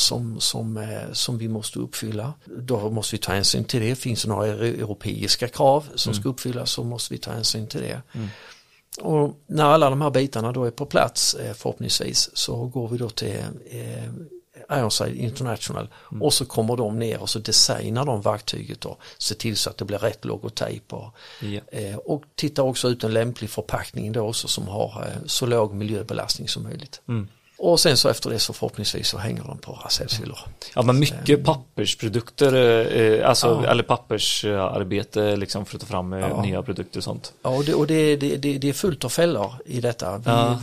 som vi måste uppfylla? Då måste vi ta hänsyn till det. Finns det några europeiska krav som ska uppfyllas så måste vi ta hänsyn till det. Och när alla de här bitarna då är på plats förhoppningsvis så går vi då till Ironside International och så kommer de ner och så designar de verktyget och ser till så att det blir rätt logotyp och tittar också ut en lämplig förpackning då också som har så låg miljöbelastning som möjligt. Och sen så efter det så förhoppningsvis så hänger de på rasellshyllor. Ja, men mycket pappersprodukter, eller pappersarbete liksom för att ta fram nya produkter och sånt. Ja, och det är fullt av fällor i detta.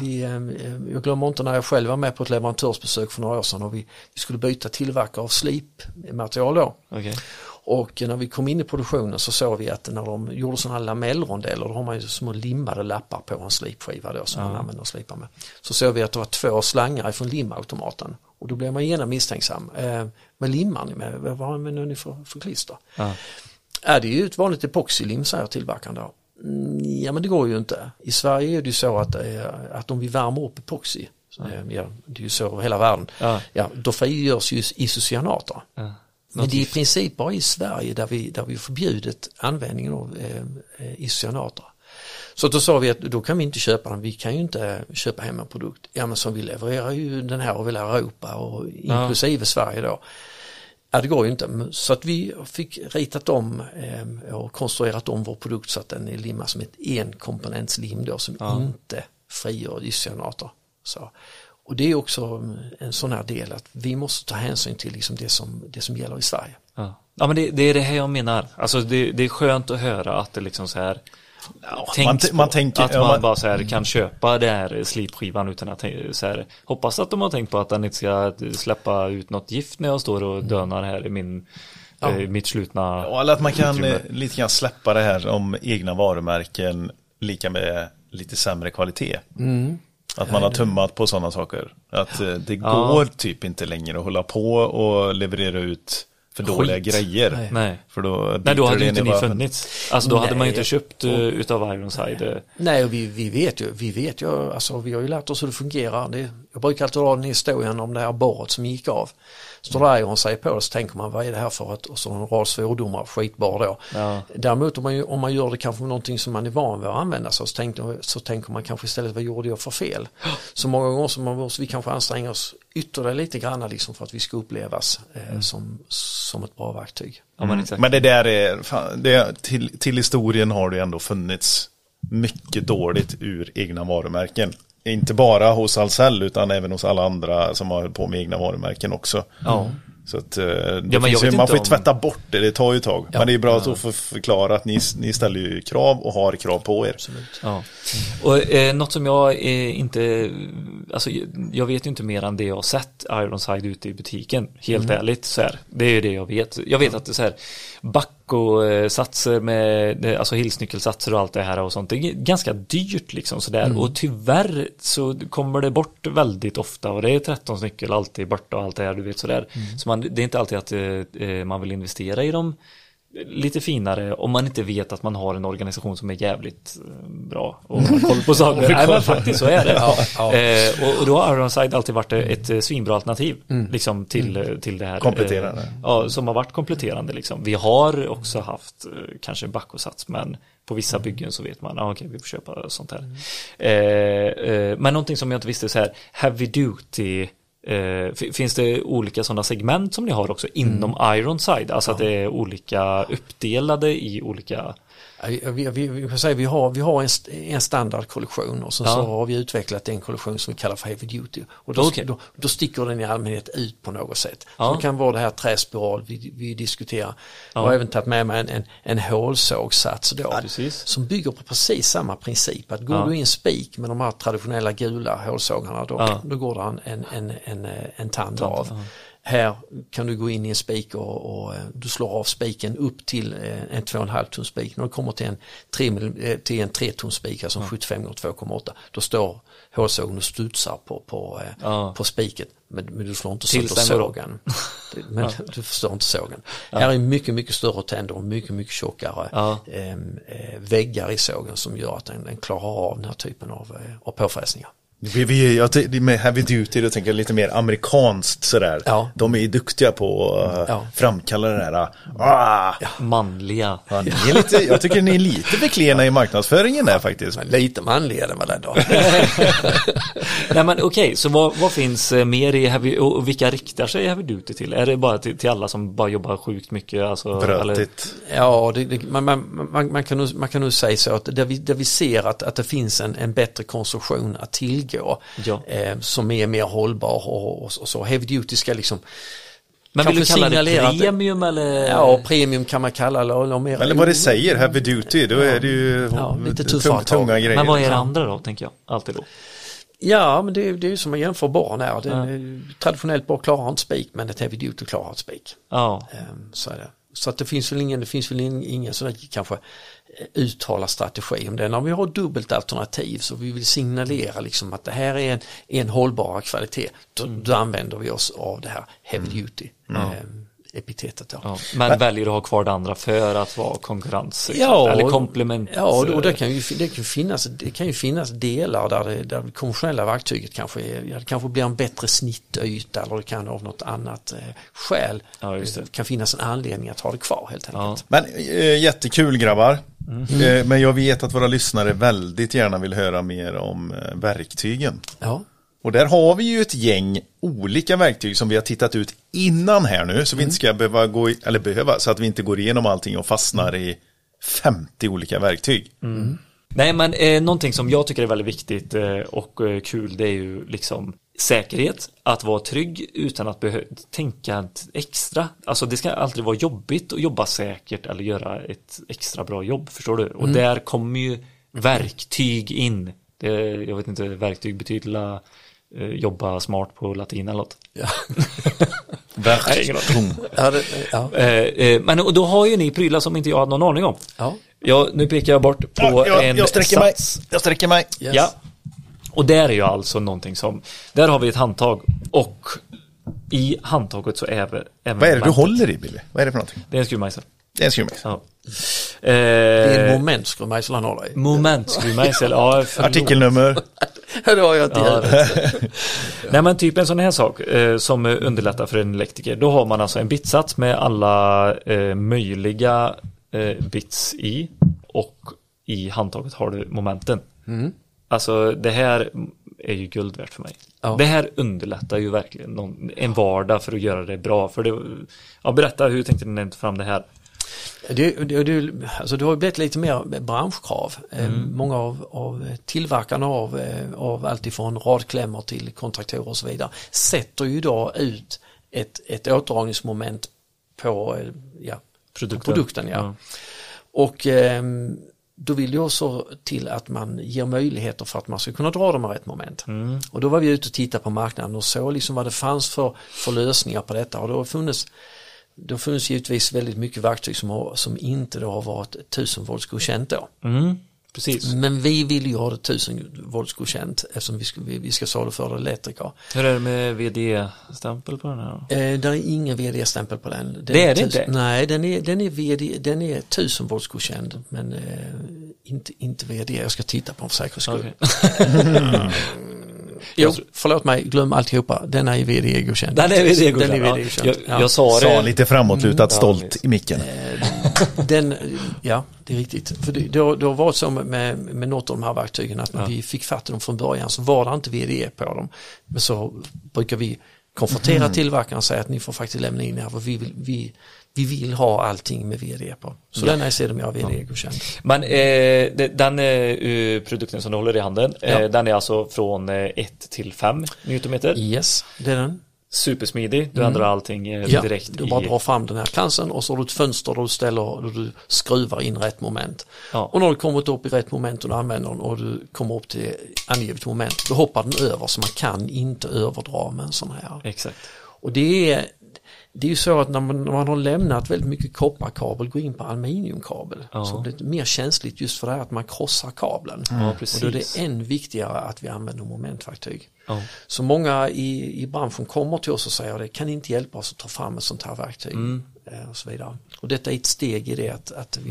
Jag glömmer inte när jag själv var med på ett leverantörsbesök för några år sedan och vi skulle byta tillverkare av slipmaterial då. Okay. Och när vi kom in i produktionen så såg vi att när de gjorde sådana lamellrondeller, då har man ju små limmade lappar på en slipskiva då som man använder och slipar med. Så såg vi att det var 2 slangar från limautomaten och då blev man gärna misstänksam. Med limman med, vad använder ni för klister? Det är ju ett vanligt epoxylim, säger tillverkaren då. Ja, men det går ju inte. I Sverige är det ju så att om vi värmer upp epoxy, det är ju så över hela världen, då frigörs ju isocyanater. Men det är i princip bara i Sverige där vi förbjudit användningen av isocyanater. Så då sa vi att då kan vi inte köpa den, vi kan ju inte köpa hem en produkt. Ja, men som vi levererar ju den här över hela Europa och inklusive Sverige då. Ja, det går ju inte. Så att vi fick ritat om och konstruerat om vår produkt så att den är limmad som ett enkomponentslim då som inte frigör isocyanater. Så. Och det är också en sån här del att vi måste ta hänsyn till liksom det som gäller i Sverige. Ja, men det är det här jag menar. Alltså det är skönt att höra att det liksom så här man tänker att man bara så här kan köpa det här slipskivan utan att så här, hoppas att de har tänkt på att den inte ska släppa ut något gift när jag står och dönar här i mitt slutna eller att man kan lite grann släppa det här om egna varumärken lika med lite sämre kvalitet. Att man har tummat på sådana saker. Att det går typ inte längre att hålla på och leverera ut för dåliga grejer. Nej. För då hade ju inte ni funnits. Alltså då hade man ju inte köpt utav Ironside. Nej, och vi vet ju, alltså vi har ju lärt oss hur det fungerar. Jag brukar alltid dra den historien om det här borret som gick av. Står där Ironside på det så tänker man, vad är det här för ett, och så en rad svordomar, skitbar då. Däremot om man gör det kanske med någonting som man är van vid att använda så tänker man kanske istället, vad gjorde jag för fel? Så många gånger så vi kanske anstränger oss ytterligare lite grann liksom för att vi ska upplevas som ett bra verktyg. Men det där är till historien har det ändå funnits mycket dåligt ur egna varumärken. Inte bara hos Ahlsell utan även hos alla andra som har på med egna varumärken också. Så att man får ju tvätta bort det tar ju ett tag. Men det är bra att få förklara att ni ställer ju krav och har krav på er. Absolut. Och något som jag inte, alltså jag vet ju inte mer än det jag har sett Ironside ute i butiken, helt ärligt så här. Det är ju det jag vet. Jag vet att det är så här backosatser med alltså hilsnyckelsatser och allt det här och sånt. Det är ganska dyrt liksom sådär. Och tyvärr så kommer det bort väldigt ofta och det är 13 nyckel alltid borta och allt det här, du vet sådär. Så det är inte alltid att man vill investera i dem lite finare om man inte vet att man har en organisation som är jävligt bra och har koll på saker. Nej, men faktiskt så är det. Och då har Ironside alltid varit ett svinbra alternativ liksom till det här. Kompletterande. Som har varit kompletterande liksom. Vi har också haft kanske backosats, men på vissa byggen så vet man, okej, vi får köpa sånt här. Men någonting som jag inte visste så här, heavy duty. Finns det olika sådana segment som ni har också inom Ironside? Alltså att det är olika uppdelade i olika Vi kan säga vi har en standardkollektion och så har vi utvecklat en kollektion som vi kallar för Heavy Duty. Och då sticker den i allmänhet ut på något sätt. Så det kan vara det här träspiral vi diskuterar. Jag har även tagit med mig en hålsågsats då, som bygger på precis samma princip. Att går du in spik med de här traditionella gula hålsågarna då går det en tand av. Här kan du gå in i en spik och du slår av spiken upp till en 2,5 tons spik. När du kommer till en 3 tons spik, alltså 75 x 2,8, då står hålsågen och studsar på spiket. Men du slår inte sönder sågen. Men du förstår inte sågen. Här är mycket, mycket större tänder och mycket, mycket tjockare väggar i sågen som gör att den klarar av den här typen av påfräsningar. Med Heavy Duty då tänker jag lite mer amerikanskt sådär. Ja. De är ju duktiga på att framkalla det här manliga. Ja, jag tycker ni är lite beklena i marknadsföringen där faktiskt. Men lite manliga det var det då. Nej men okej, så vad finns mer i Heavy, och vilka riktar sig Heavy Duty till? Är det bara till alla som bara jobbar sjukt mycket? Alltså, brötigt. Ja, man kan nog säga så att där vi ser att det finns en bättre konstruktion att tillgå som är mer hållbar och så. Heavy Duty ska liksom. Men vill du kalla det premium eller? Ja, premium kan man kalla det. Eller vad det säger, Heavy Duty, då är det ju lite tunga grejer. Men vad är det andra då, tänker jag? Alltid då. Ja, men det är ju som man jämför barn här. Traditionellt bara klarar en spik, men ett Heavy Duty klarar ett spik. Ja. Så är det. Så att det finns väl ingen sån där kanske uttala strategi om det. När vi har dubbelt alternativ så vi vill signalera liksom att det här är en hållbara kvalitet. Då använder vi oss av det här Heavy Duty epitetet då. Ja, men väljer att ha kvar det andra för att vara konkurrens eller komplement. Ja, och det kan ju finnas delar där det konventionella verktyget kanske blir en bättre snittyta, eller det kan av något annat skäl. Ja, just det. Kan finnas en anledning att ha det kvar helt enkelt. Men jättekul grabbar. Men jag vet att våra lyssnare väldigt gärna vill höra mer om verktygen. Ja. Och där har vi ju ett gäng olika verktyg som vi har tittat ut innan här nu, så vi inte ska behöva så att vi inte går igenom allting och fastnar i 50 olika verktyg. Nej, men någonting som jag tycker är väldigt viktigt och kul, det är ju liksom säkerhet, att vara trygg utan att tänka extra. Alltså det ska aldrig vara jobbigt att jobba säkert eller göra ett extra bra jobb, förstår du? Och där kommer ju verktyg in. Jag vet inte, verktyg betyder jobba smart på latin eller något. Ja. Men och då har ju ni prylar som inte jag hade någon aning om. Ja. Nu pekar jag bort på en sats. Jag sträcker mig. Yes. Ja. Och där är ju alltså någonting som, där har vi ett handtag, och i handtaget så är även vad är det du håller i, Billy? Vad är det för någonting? Det är en skruvmejsel. Det är en skruvmejsel. Ja. Det är en momentskruvmejsel han håller i. Momentskruvmejsel, ja. Artikelnummer. Det har jag inte. Nej, men typ en sån här sak som underlättar för en elektriker. Då har man alltså en bitsats med alla möjliga bits i, och i handtaget har du momenten. Alltså det här är ju guld värt för mig. Det här underlättar ju verkligen en vardag för att göra det bra. För det, berätta, hur tänkte ni ta fram det här? Alltså det har ju blivit lite mer branschkrav. Många av tillverkarna av allt ifrån radklämmor till kontraktorer och så vidare sätter ju då ut ett återdragningsmoment på produkten. Ja. Och då vill det också till att man ger möjligheter för att man ska kunna dra dem med rätt moment. Och då var vi ute och tittade på marknaden och så liksom vad det fanns för lösningar på detta. Och då funnits givetvis väldigt mycket verktyg som inte då har varit 1000 volts godkänt då. Precis. Men vi vill ju ha det 1000 volts godkänt eftersom vi ska saluföra elektriker. Hur är det med VD-stämpel på den här? Det är ingen VD-stämpel på den. Det är det inte? Nej, den är 1000 volts godkänd, men inte VD. Jag ska titta på en för säkerhets skull. Okay. Jo, förlåt mig, glöm alltihopa. Den är VD-godkänd. Den är VD-godkänd. Jag sa lite framåtlutat stolt i micken. Det är riktigt. För det har varit så med något av de här verktygen att när vi fick fatt dem från början så var det inte VD på dem. Men så brukar vi konfrontera tillverkaren och säga att ni får faktiskt lämna in här, för vi vill ha allting med VD på. Så den är de VD-godkänd. Men den produkten som du håller i handen, den är alltså från 1 till 5 newtonmeter. Yes, det är den. Supersmidig, du ändrar allting direkt. Du bara drar fram den här kansen och så har du ett fönster där du skruvar in rätt moment. Ja. Och när du kommer upp i rätt moment och du använder den och du kommer upp till angivet moment, då hoppar den över, så man kan inte överdra med en sån här. Exakt. Och det är ju så att när man har lämnat väldigt mycket kopparkabel, går in på aluminiumkabel, så det är mer känsligt just för det här att man krossar kabeln. Precis. Och då är det än viktigare att vi använder momentverktyg. Ja. Så många i branschen kommer till oss och säger det, kan inte hjälpa oss att ta fram ett sånt här verktyg och så vidare. Och detta är ett steg i det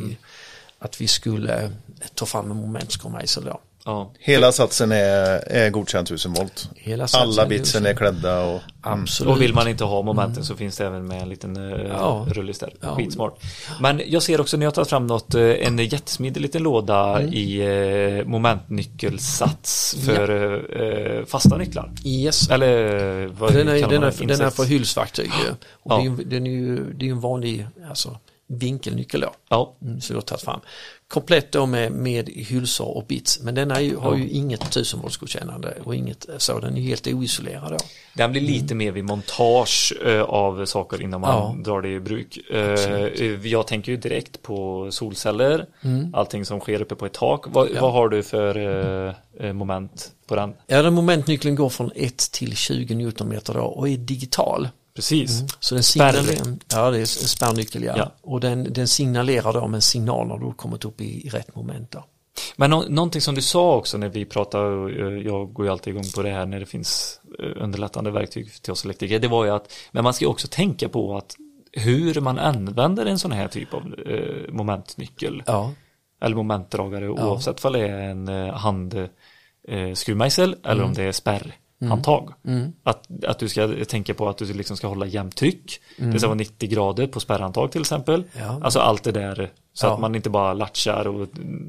att vi skulle ta fram en momentskruvmejsel då. Ja. Hela satsen är godkänd 1000 volt. Alla bitsen är klädda. Och, absolut. Och vill man inte ha momenten så finns det även med en liten rullis där. Skitsmart. Men jag ser också när jag tar fram en jättesmidig liten låda i momentnyckelsats för fasta nycklar. Yes. Eller vad den är för hylsverktyg. Och det är ju en vanlig vinkelnyckel då. Ja. Så du har tagit fram. Komplett då med hylsor och bits. Men den har ju inget 1000 volts godkännande och inget så. Den är helt oisolerad då. Den blir lite mer vid montage av saker innan man drar det i bruk. Jag tänker ju direkt på solceller. Allting som sker uppe på ett tak. Vad har du för moment på den? Ja, den momentnyckeln går från 1 till 20 newtonmeter då och är digital. Precis. Så den signalerar, det är en spärrnyckel, och den signalerar då med en signal när du har kommit upp i rätt moment då. Men någonting som du sa också när vi pratar, jag går ju alltid igång på det här när det finns underlättande verktyg till oss elektriker, det var ju att, men man ska ju också tänka på att hur man använder en sån här typ av momentnyckel eller momentdragare, oavsett om det är en handskruvmejsel eller om det är spärrhandtag. Att du ska tänka på att du liksom ska hålla jämnt tryck. Det ska vara 90 grader på spärrhandtag till exempel. Alltså allt det där, så att man inte bara latchar och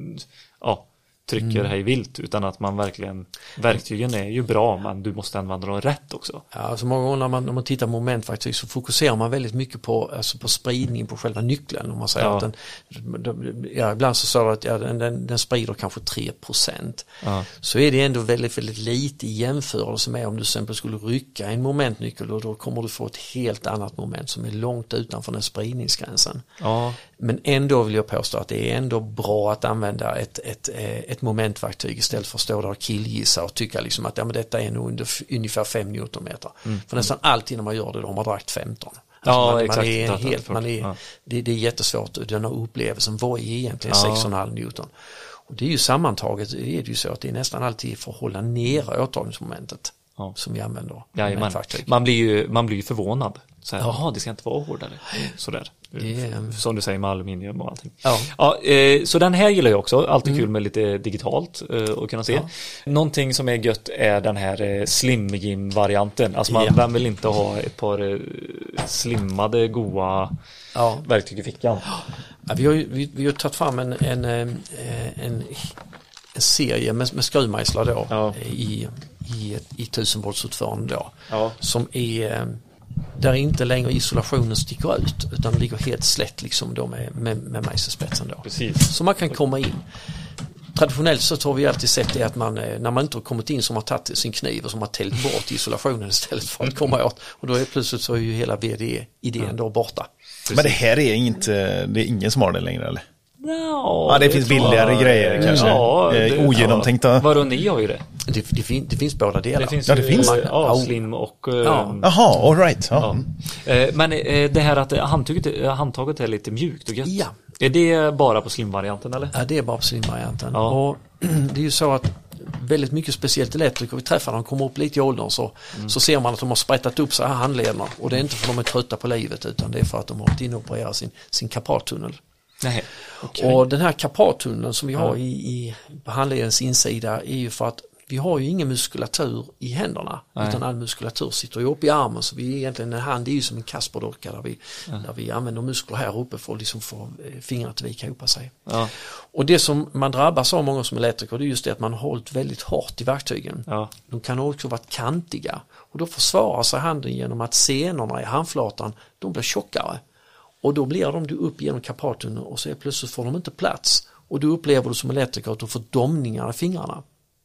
trycker hej vilt, utan att man verktygen är ju bra, men du måste använda dem rätt också. Ja, så många gånger när man tittar på momentverktyg så fokuserar man väldigt mycket på spridningen på själva nyckeln. Om man säger att ibland så sa att den sprider kanske 3%. Så är det ändå väldigt, väldigt lite i jämförelse med om du till exempel skulle rycka en momentnyckel, och då kommer du få ett helt annat moment som är långt utanför den spridningsgränsen. Men ändå vill jag påstå att det är ändå bra att använda ett momentverktyg istället för att stå där och killgissa och tycka liksom att men detta är nog ungefär 5 newtonmeter. För nästan alltid när man gör det då har man dragit 15. Det är jättesvårt, den här upplevelsen, vad är egentligen 6,5 newton? Och det är ju sammantaget, är det ju så att det är nästan alltid för att hålla nere åtagningsmomentet som vi använder. Man blir ju förvånad. Så här, det ska inte vara hårdare. Sådär. Som du säger med aluminium och allting. Så den här gillar jag också. Alltid kul med lite digitalt att kunna se. Någonting som är gött är den här slim-varianten. Alltså vem vill inte ha ett par slimmade, goa verktyg i fickan? Vi har tagit fram en serie med skruvmejslar då i 1000 volts utförande då, som är där inte längre isolationen sticker ut, utan ligger helt slätt liksom då med mejselspetsen då. Precis. Så man kan komma in. Traditionellt så har vi alltid sett det att man, när man inte har kommit in, som har tagit sin kniv och som har tält bort isolationen istället för att komma åt, och då är plötsligt så är ju hela VD-idén då borta. Men det här är ingen som har det längre, eller? Det finns billigare grejer kanske. Ogenomtänkta. Vadå, ni har ju det? Det finns båda delar. Det finns slim och... Jaha, all right. Men det här att handtaget är lite mjukt och gött. Ja. Är det bara på slim-varianten eller? Ja, det är bara på slim-varianten. Och det är ju så att väldigt mycket speciellt elektriker vi träffar, när de kommer upp lite i åldern så ser man att de har sprättat upp sig här handlederna, och det är inte för att de är trötta på livet, utan det är för att de har varit inne och opererat sin karpaltunnel. Okay. Och den här karpaltunneln som vi har på handledens insida är ju för att vi har ju ingen muskulatur i händerna, utan all muskulatur sitter ju upp i armen, så vi egentligen, en hand är ju som en Kasperdocka där vi använder muskler här uppe för att liksom få fingrarna att vika ihop sig. Ja. Och det som man drabbas av många som elektriker, det är just det att man har hållit väldigt hårt i verktygen. Ja. De kan också vara kantiga, och då försvarar sig handen genom att senorna i handflatan, de blir tjockare. Och då blir de upp genom karpaten, och så plötsligt får de inte plats. Och då upplever du som elektriker att du får domningar i fingrarna.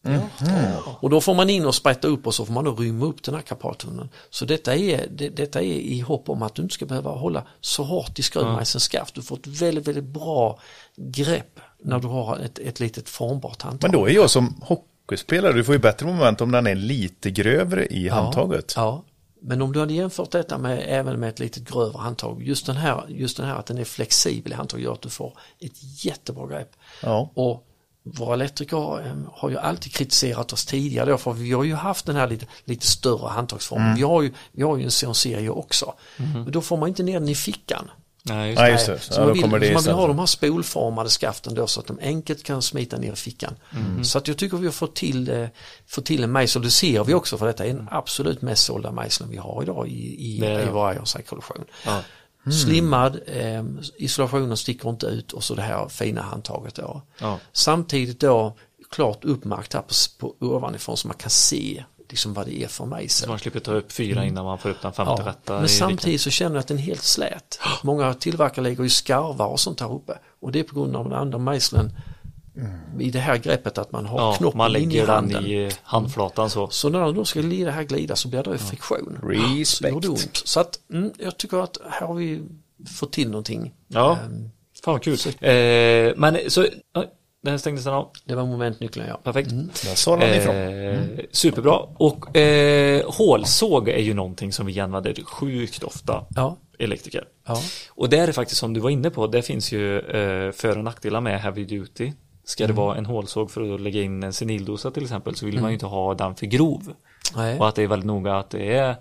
Och då får man in och sprätta upp, och så får man då rymma upp den här karpattunneln. Så detta är i hopp om att du inte ska behöva hålla så hårt i skruvmejselns skaft. Du får ett väldigt, väldigt bra grepp när du har ett litet formbart handtag. Men då är jag som hockeyspelare, du får ju bättre moment om den är lite grövre i handtaget. Ja. Men om du hade jämfört detta även med ett litet grövre handtag, just den här att den är flexibel i handtaget gör att du får ett jättebra grepp. Ja. Och våra elektriker har ju alltid kritiserat oss tidigare, för vi har ju haft den här lite större handtagsformen. Vi har ju en sån serie också. Men då får man inte ner den i fickan. Nej, just det. Så man vill ha de här spolformade skaften då, så att de enkelt kan smita ner i fickan. Så att jag tycker vi har fått till en mejsel, det ser vi också, för detta är den absolut mest sålda mejseln vi har idag i vår Ironsight-kollektion. Ja. Slimmad, isolationen sticker inte ut, och så det här fina handtaget då. Ja. Samtidigt då klart uppmärkt här på ovanifrån, så man kan se liksom vad det är för mejsel. Så man slipper ta upp 4 innan man får upp den 5:e rätta. Men samtidigt så känner jag att den är helt slät. Många tillverkare lägger ju skarvar och sånt här uppe, och det är på grund av den andra mejseln i det här greppet att man har knoppen man lägger in i handen. den i handflatan så när den då ska glida så blir det friktion. Respect. Så att jag tycker att här har vi fått till någonting. Ja, fan vad kul. Men så den stängdes den av. Det var momentnyckeln, ja. Perfekt. Där sa den ifrån. Superbra. Och hålsåg är ju någonting som vi använder sjukt ofta. Ja. Elektriker. Ja. Och där är faktiskt, som du var inne på, det finns ju för- och nackdelar med heavy duty. Ska det vara en hålsåg för att lägga in en senildosa till exempel, så vill man ju inte ha den för grov. Nej. Och att det är väldigt noga att det är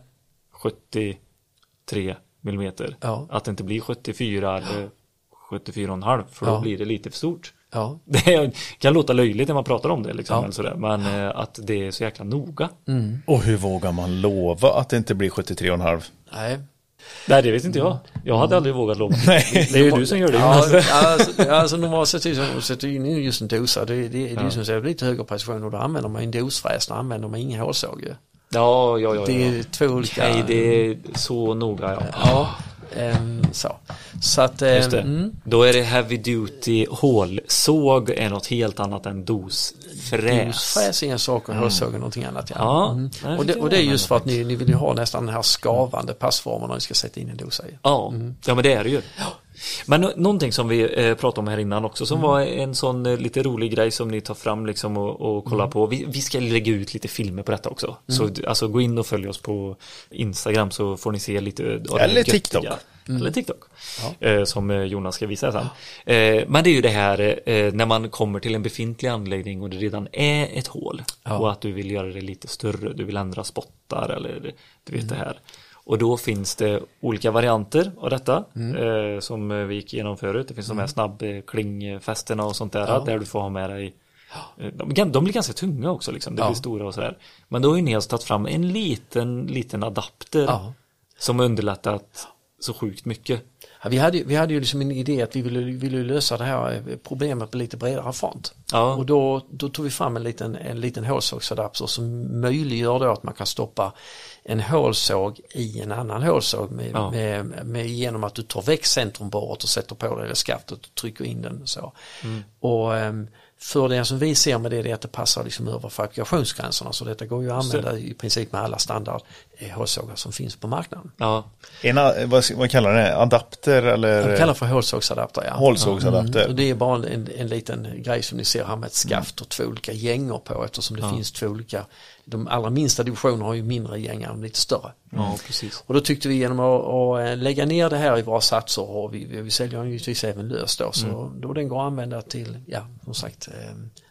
73 millimeter. Ja. Att det inte blir 74 eller 74,5, för då blir det lite för stort. Ja. Det kan låta löjligt när man pratar om det liksom, eller sådär, men att det är så jäkla noga. Och hur vågar man lova att det inte blir 73,5? Nej, det vet inte jag. Jag hade aldrig vågat lova. Det är ju du som gör det. Alltså normalt sett så sätter in just en dosa. Det är som säger lite högre precision, och då använder man en dosfräs, och använder man ingen hålsåg. Ja. Det är två olika. Nej, det är så noga, Så att, just det. Då är det heavy duty. Hålsåg är något helt annat än dosfräs. Dosfräs är en sak, och hålsåg är någonting annat. Och det är just för att ni vill ju ha nästan den här skavande passformen när ni ska sätta in en dosa i. Ja, men det är det ju. Men någonting som vi pratade om här innan också, som var en sån lite rolig grej som ni tar fram liksom och kollar på. Vi ska lägga ut lite filmer på detta också. Så alltså, gå in och följ oss på Instagram, så får ni se lite eller TikTok. Eller TikTok. Som Jonas ska visa sen. Men det är ju det här när man kommer till en befintlig anläggning och det redan är ett hål, och att du vill göra det lite större, du vill ändra spottar eller du vet det här. Och då finns det olika varianter av detta som vi gick igenom förut. Det finns de här snabbklingfästena och sånt där du får ha med dig. De blir ganska tunga också liksom. Det blir stora och sådär. Men då har ju ni tagit fram en liten adapter som underlättat så sjukt mycket. Ja, vi hade ju liksom en idé att vi ville lösa det här problemet på lite bredare front. Ja. Och då tog vi fram en liten hålsågsadapter som möjliggör då att man kan stoppa en hålsåg i en annan hålsåg med genom att du tar väck centrumborret och sätter på det eller skaftet och trycker in den så. Och fördelen som vi ser med det är att det passar liksom över fabrikationsgränserna, så detta går ju att använda i princip med alla standard hålsågar som finns på marknaden. Ja. Vad kallar det? Adapter eller? Jag kallar för hålsågsadapter, ja. Hålsågsadapter. Och det är bara en liten grej som ni ser här med ett skaft och två olika gängor på, eftersom det finns två olika. De allra minsta divisionerna har ju mindre gängar än lite större. Ja, precis. Och då tyckte vi genom att lägga ner det här i våra satser, och vi säljer ju givetvis även löst då, så då den går att använda till, som sagt,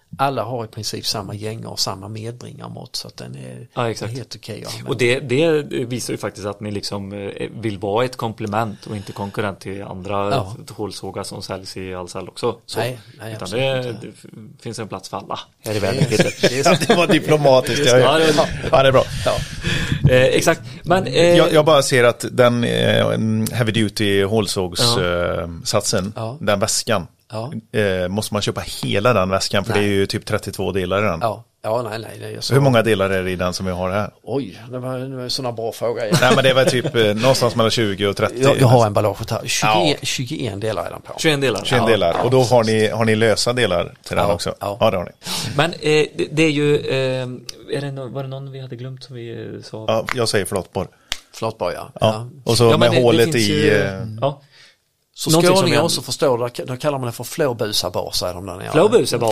alla har i princip samma gänga och samma medbringarmått, så att den är exakt. helt okej att använda. Och det visar ju faktiskt att ni liksom vill vara ett komplement och inte konkurrent till andra hålsågar som säljs i Ahlsell också. Så. Nej, utan det finns en plats för alla här i världen. Det var diplomatiskt. Ja, det är bra. Exakt. Men, jag bara ser att den heavy duty hålsågssatsen, den väskan, måste man köpa hela den väskan, för det är ju typ 32 delar i den. Nej. Hur många delar är det i den som vi har här? Oj, det var en sån bra fråga. Nej, men det var typ någonstans mellan 20 och 30. Jag har emballaget här. 21 delar är den på. 21 delar. 21 delar. Och då har ni lösa delar till den också? Ja, det har ni. Men det är ju... var det någon vi hade glömt som vi sa? Ja, jag säger flatborr. Flatborr, Och så med hålet i... Så skåningar också förstår, då kallar man det för flåbusabar, säger de där nere. Flåbusabar.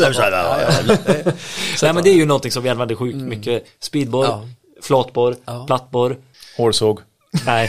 Nej, men det är ju någonting som vi använder sjukt mycket. Speedborr, flatborr, plattborr. Hårsåg. Nej,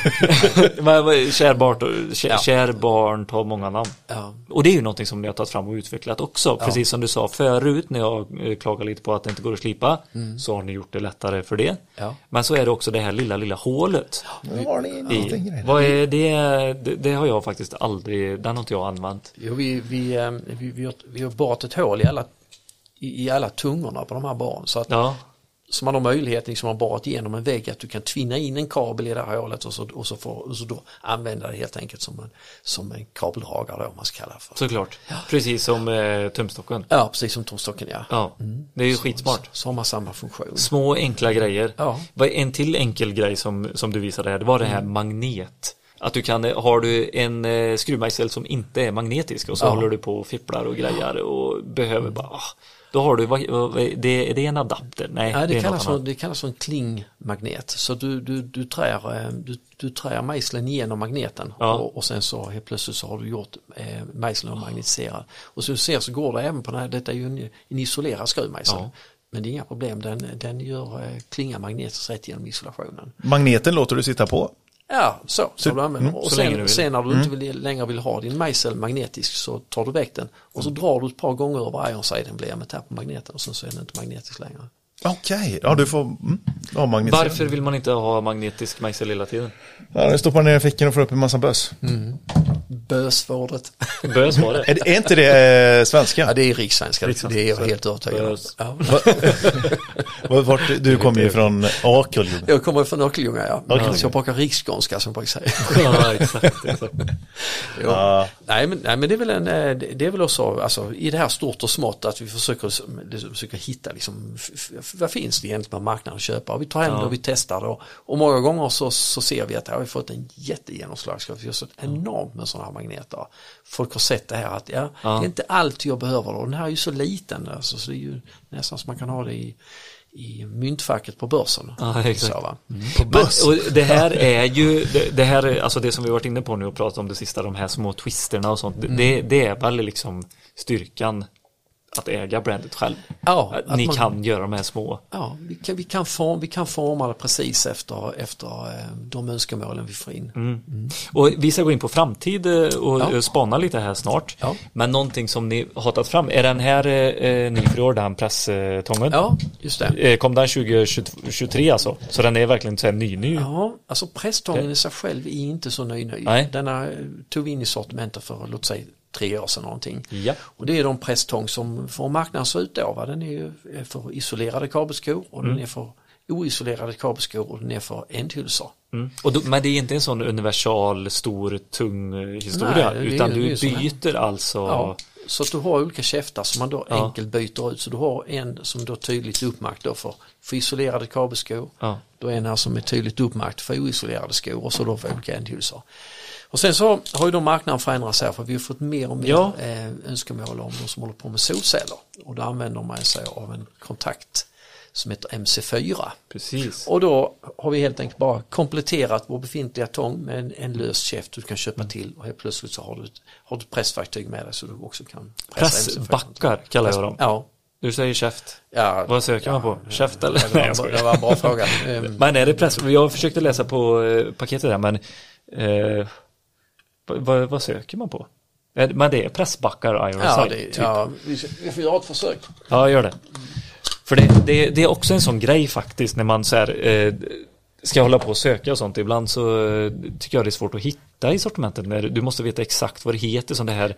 kärbarn tar många namn. Och det är ju någonting som ni har tagit fram och utvecklat också. Precis som du sa förut när jag klagade lite på att det inte går att slipa, så har ni gjort det lättare för det. Men så är det också det här lilla hålet. Vad är det har jag faktiskt aldrig, den har inte jag använt. Jo, vi har borrat ett hål i alla tungorna på de här barnen, så att så man har möjlighet liksom att borrat igenom en vägg, att du kan tvinna in en kabel i det här hålet och så då använda det helt enkelt som en kabeldragare då, om man ska kalla det för. Såklart. Precis som tumstocken. Ja, precis som tumstocken, Det är ju skitsmart. Så har man samma funktion. Små enkla grejer. En till enkel grej som du visade här, det var det här magnet. Att du har du en skruvmejsel som inte är magnetisk och så håller du på och fipplar och grejer och behöver bara... Då har du, det är en adapter? Nej, det kallas för en klingmagnet. Så du trär mejseln genom magneten och sen så helt plötsligt så har du gjort mejseln magnetiserad. Och så ser så går det även på den här, detta är ju en isolerad skruvmejsel. Men det är inga problem, den gör klingar magnetiskt rätt genom isolationen. Magneten låter du sitta på? Ja, så du använder. Och sen när du inte längre vill ha din mejsel magnetisk, så tar du väck den och så drar du ett par gånger över ironsiden, blir med på magneten, och sen så är den inte magnetisk längre. Okej, du får magnetisera. Varför vill man inte ha magnetisk mejsel hela tiden? Det stoppar ner i fickan och får upp en massa bös. Bösvårdet. Bösvårdet? Är inte det svenska? Ja, det är rikssvenska. Det är jag helt övertygad om. Du kommer ju från Akeljunga. Jag kommer från Akeljunga, Så jag plockar riksskånska, som jag säger. Ja, exakt. Nej, men det är väl också, alltså, i det här stort och smått, att vi försöker hitta liksom, vad finns det egentligen på marknaden att köpa, och vi tar hem det och vi testar det, och många gånger så ser vi att vi har fått en jättegenomslagskraft. Vi har så enormt med sådana här magneter. Folk har sett det här att det är inte allt jag behöver, och den här är ju så liten, alltså, så det är ju nästan som man kan ha det i myntfacket på börsen. Exakt. På börsen. Och det här är ju det här, alltså det som vi varit inne på nu och pratat om det sista, de här små twisterna och sånt, det är väl liksom styrkan att äga brandet själv. Ni kan göra de här små. Ja, vi kan forma det precis efter de önskemålen vi får in. Och vi ska gå in på framtid och spana lite här snart. Men någonting som ni har tagit fram, är den här ny för år, den presstången? Ja, just det. Kom den 2023 alltså? Så den är verkligen så här ny? Ja, alltså presstången i sig själv är inte så ny. Nej. Denna tog vi in i sortimentet för, låt säga, 3 år sedan någonting. Ja. Och det är de presstång som får marknaden så ut då. Den är ju för isolerade kabelskor, och den är för oisolerade kabelskor, och den är för ändhylsor. Men det är inte en sån universal, stor, tung historia. Nej, utan du byter alltså... Ja, så att du har olika käftar som man då enkelt byter ut. Så du har en som då tydligt uppmärkt då för isolerade kabelskor. Då är en här som är tydligt uppmärkt för oisolerade skor, och så då för olika ändhylsor. Och sen så har ju då marknaden förändrats här, för vi har fått mer och mer önskemål om de som håller på med solceller. Och då använder man sig av en kontakt som heter MC4. Också. Och då har vi helt enkelt bara kompletterat vår befintliga tång med en lös käft du kan köpa till, och helt plötsligt så har du ett pressverktyg med dig, så du också kan pressa MC4. Pressbackar kallar jag dem. Ja. Du säger käft. Vad söker man på? Käft eller? Det var en bra fråga. Men är det press? Jag försökte läsa på paketet där, men vad söker man på? Men det är pressbackar Iron Ja, Sight, typ. vi får göra ett försök. Ja, gör det. För det är också en sån grej faktiskt när man så här, ska hålla på och söka och sånt. Ibland så tycker jag det är svårt att hitta i sortimentet. När du måste veta exakt vad det heter, som det här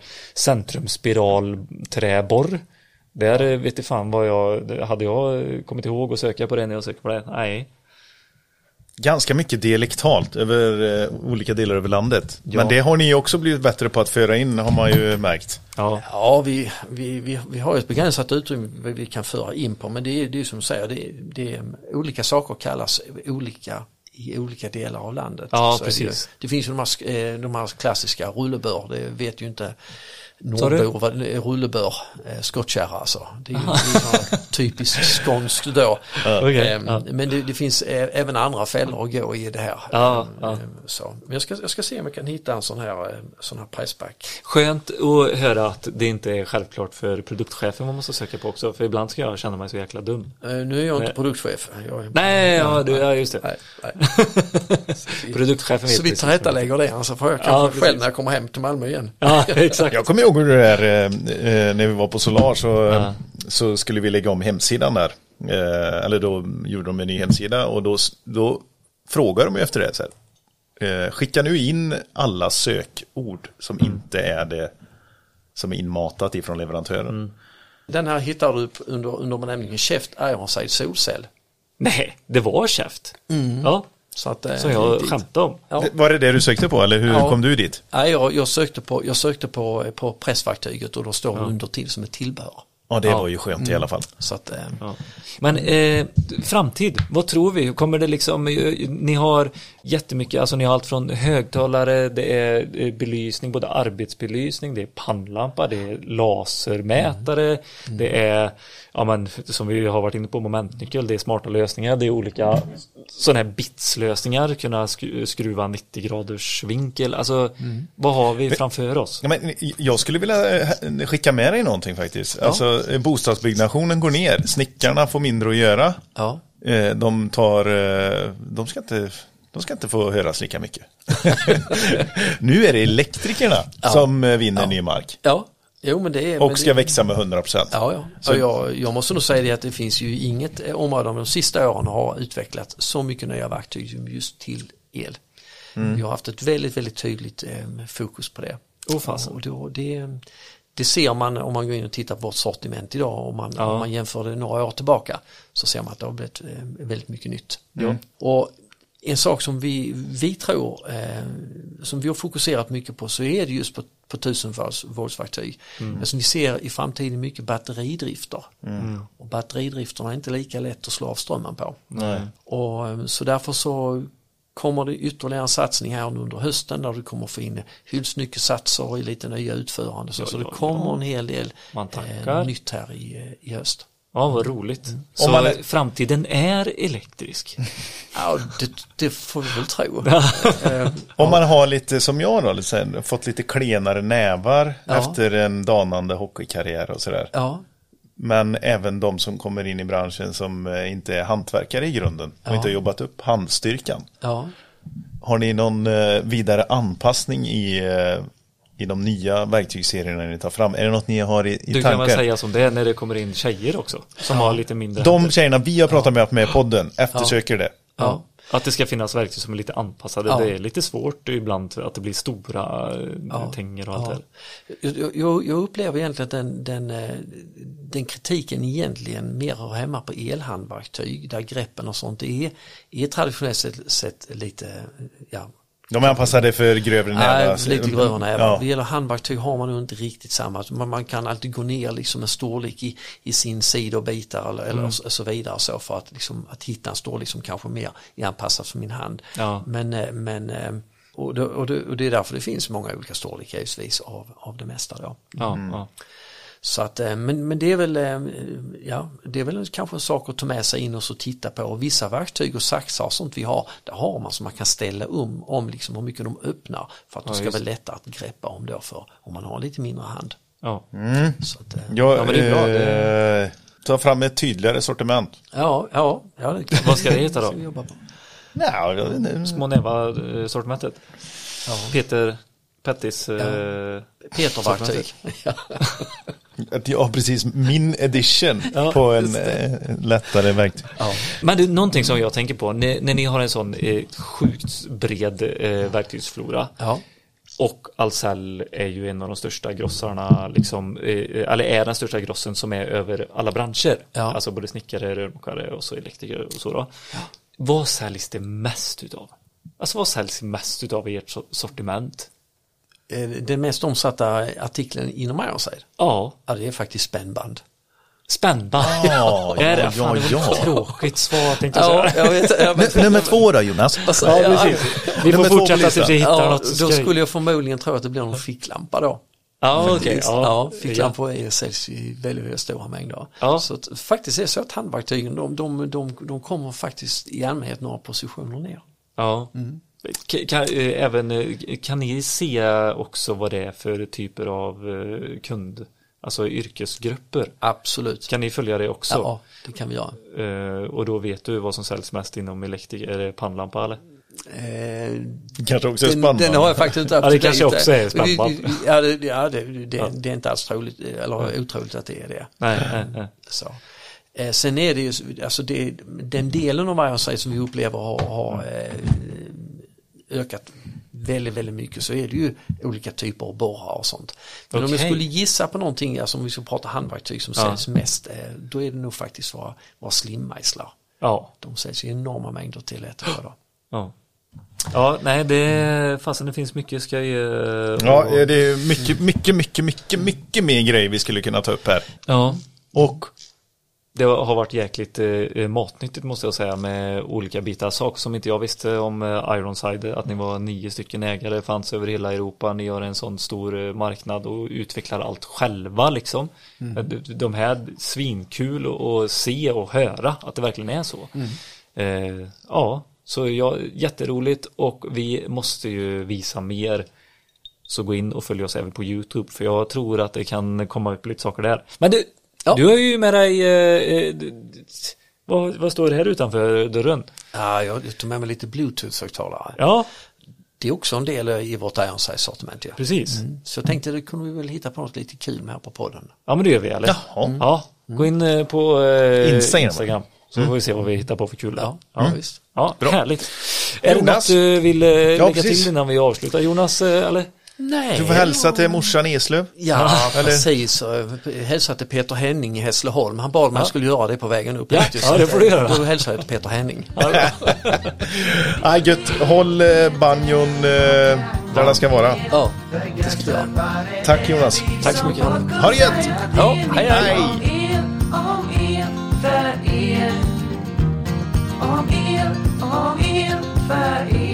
centrumspiralträborr. Där vet jag fan vad hade jag kommit ihåg att söka på det när jag söker på det. Nej. Ganska mycket dialektalt över olika delar över landet. Ja. Men det har ni också blivit bättre på att föra in, har man ju märkt. Ja, vi har ju ett begränsat utrymme vi kan föra in på, men det är ju som du säger, det är olika saker kallas olika i olika delar av landet. Ja, så precis. Det finns ju de här klassiska rullebör, det vet ju inte Nordbor vad rullebör, skottkärra alltså. Det är ju typiskt skånskt då. Okay. Men det finns även andra fällor att gå i det här. Så. Men jag ska se om jag kan hitta en sån här pressback. Skönt att höra att det inte är självklart för produktchefen man måste söka på också. För ibland ska jag känna mig så jäkla dum. Nu är jag inte produktchef. Just det. Nej. Produktchefen vet så vi tillrättalägger det. Alltså får jag kanske själv när jag kommer hem till Malmö igen. Ja, exakt. Jag kommer ihåg hur det där när vi var på Solar så skulle vi lägga om hemsidan där. Eller då gjorde de en ny hemsida och då frågar de efter det så här. Skicka nu in alla sökord som inte är det som är inmatat ifrån leverantören. Den här hittar du under benämningen Käft Iron Sight solcell. Nej, det var käft. Ja. Så jag skämtade om. Ja. Var det du sökte på eller hur kom du dit? Nej, jag sökte på pressverktyget och då står det under till som ett tillbehör. Ja, det var ju skönt i alla fall. Så att, Men framtid, vad tror vi? Kommer det liksom, ni har jättemycket, alltså ni har allt från högtalare, det är belysning, både arbetsbelysning, det är pannlampa, det är lasermätare, det är, som vi har varit inne på, momentnyckel, det är smarta lösningar, det är olika sådana här bitslösningar, kunna skruva 90 graders vinkel, alltså vad har vi framför oss? Ja, men jag skulle vilja skicka med dig någonting faktiskt. Alltså bostadsbyggnationen går ner, snickarna får mindre att göra. Ja. De ska inte få höras lika mycket. Nu är det elektrikerna som vinner ny mark. Ja. Jo, men det är, och ska växa med 100%. Ja. Så jag måste nog säga det att det finns ju inget område de sista åren har utvecklat så mycket nya verktyg just till el. Vi har haft ett väldigt, väldigt tydligt fokus på det. Och då, det ser man om man går in och tittar på vårt sortiment idag, om man jämför det några år tillbaka, så ser man att det har blivit väldigt mycket nytt. Och en sak som vi tror, som vi har fokuserat mycket på, så är det just på 1000 voltsverktyg. Alltså vi ser i framtiden mycket batteridrifter. Och batteridrifterna är inte lika lätt att slå av strömmen på. Och så därför så kommer det ytterligare en satsning här under hösten där du kommer få in hylsnyckelsatser i lite nya utförande. Så det kommer en hel del nytt här i höst. Ja, vad roligt. Så framtiden är elektrisk? Ja, det får vi väl tro. Om man har lite, som jag då, fått lite klenare nävar efter en danande hockeykarriär och sådär. Ja. Men även de som kommer in i branschen som inte är hantverkare i grunden och inte har jobbat upp handstyrkan. Ja. Har ni någon vidare anpassning i de nya verktygsserierna ni tar fram? Är det något ni har i tankar? Du kan väl säga som det är när det kommer in tjejer också som har lite mindre. De tjejerna vi har pratat med podden eftersöker det. Ja. Att det ska finnas verktyg som är lite anpassade. Det är lite svårt ibland att det blir stora tänger och allt det. Jag upplever egentligen att den kritiken egentligen mer hör hemma på elhandverktyg där greppen och sånt är traditionellt sett lite de är anpassade för grövre nävar. Lite grövre nävar. Det gäller handverktyg har man nog inte riktigt samma. Man kan alltid gå ner liksom en storlek i sin sidobitar eller så vidare så för att liksom att hitta en storlek som kanske mer är anpassad för min hand. Ja. Men och det är därför det finns många olika storlekar givetvis av det mesta då. Ja. Så att, men det är väl kanske en sak att ta med sig in och så titta på. Och vissa verktyg och saxar och sånt vi har, där har man så man kan ställa om liksom hur mycket de öppnar för att det ska vara lättare att greppa om då för om man har lite mindre hand. Ja. Så att, men det är bra. Ta fram ett tydligare sortiment. Ja. Vad ska det heta då? Nej, Små näva sortimentet. Ja. Peter Pettis Peter-verktyg. Ja, precis. Min edition på en lättare verktyg. Ja. Men det är någonting som jag tänker på när ni har en sån sjukt bred verktygsflora. Ja. Och Ahlsell är ju en av de största grossarna liksom, eller är den största grossen som är över alla branscher. Ja. Alltså både snickare, rörmokare och så elektriker och så då. Ja. Vad säljs det mest utav? Alltså vad säljs mest utav i ert sortiment? Den mest omsatta artikeln inom Ironside? Ja. Ja, det är faktiskt spännband. Spännband? Ja. Det var tråkigt svar, tänkte jag säga. Jag vet. Nummer 2 då, Jonas? Alltså, precis. Vi får fortsätta tills vi hittar något. Då skulle jag förmodligen tro att det blir någon ficklampa då. Ja, okej. Ja, ficklampor säljs i väldigt, väldigt stora mängder. Ja. Så att, faktiskt är det så att handverktygen, de kommer faktiskt i allmänhet några positioner ner. Ja. Mm. Kan ni se också vad det är för typer av kund, alltså yrkesgrupper? Absolut. Kan ni följa det också? Ja, det kan vi göra. Och då vet du vad som säljs mest inom elektriker, är det pannlampa eller? Kanske också är spännande. Den har jag faktiskt inte det kanske också är spännande. Det är inte alls troligt, eller otroligt att det är det. Nej. Så. Sen är det ju, alltså den delen av Ironside som vi upplever har ökat väldigt, väldigt mycket, så är det ju olika typer av borrar och sånt. Men om jag skulle gissa på någonting, alltså om vi ska prata handverktyg som säljs mest, då är det nog faktiskt våra slimmejslar. Ja. De säljs i enorma mängder till ett år då. Ja. Ja, nej, det finns mycket ska ju... Ja, det är mycket mer grejer vi skulle kunna ta upp här. Ja. Och det har varit jäkligt matnyttigt måste jag säga, med olika bitar. Saker som inte jag visste om Ironside, att ni var 9 stycken ägare, fanns över hela Europa, ni har en sån stor marknad och utvecklar allt själva liksom. De här svinkul att se och höra att det verkligen är så. Så jätteroligt, och vi måste ju visa mer, så gå in och följ oss även på YouTube, för jag tror att det kan komma upp lite saker där. Men du har ju med dig vad står det här utanför dörren? Ja, jag tog med mig lite Bluetooth-högtalare. Ja. Det är också en del i vårt Ironside-sortiment. Ja. Precis. Så jag tänkte det kunde vi väl hitta på något lite kul med här på podden. Ja, men det gör vi, eller? Ja. Gå in på Instagram. Så får vi se vad vi hittar på för kul. Ja, visst. Ja, bra. Härligt. Är det något du vill lägga till innan vi avslutar, Jonas, eller? Nej. Du får hälsa till morsan Eslöv. Ja, precis. Hälsa till Peter Henning i Hässleholm. Han bad mig att jag skulle göra det på vägen upp. Ja, det får du göra. Då hälsar jag till Peter Henning. Nej, gött. Håll banjon där den ska vara. Ja, det ska jag göra. Tack, Jonas. Tack så mycket. Ha det gött. Ja, hej. Om er, för er.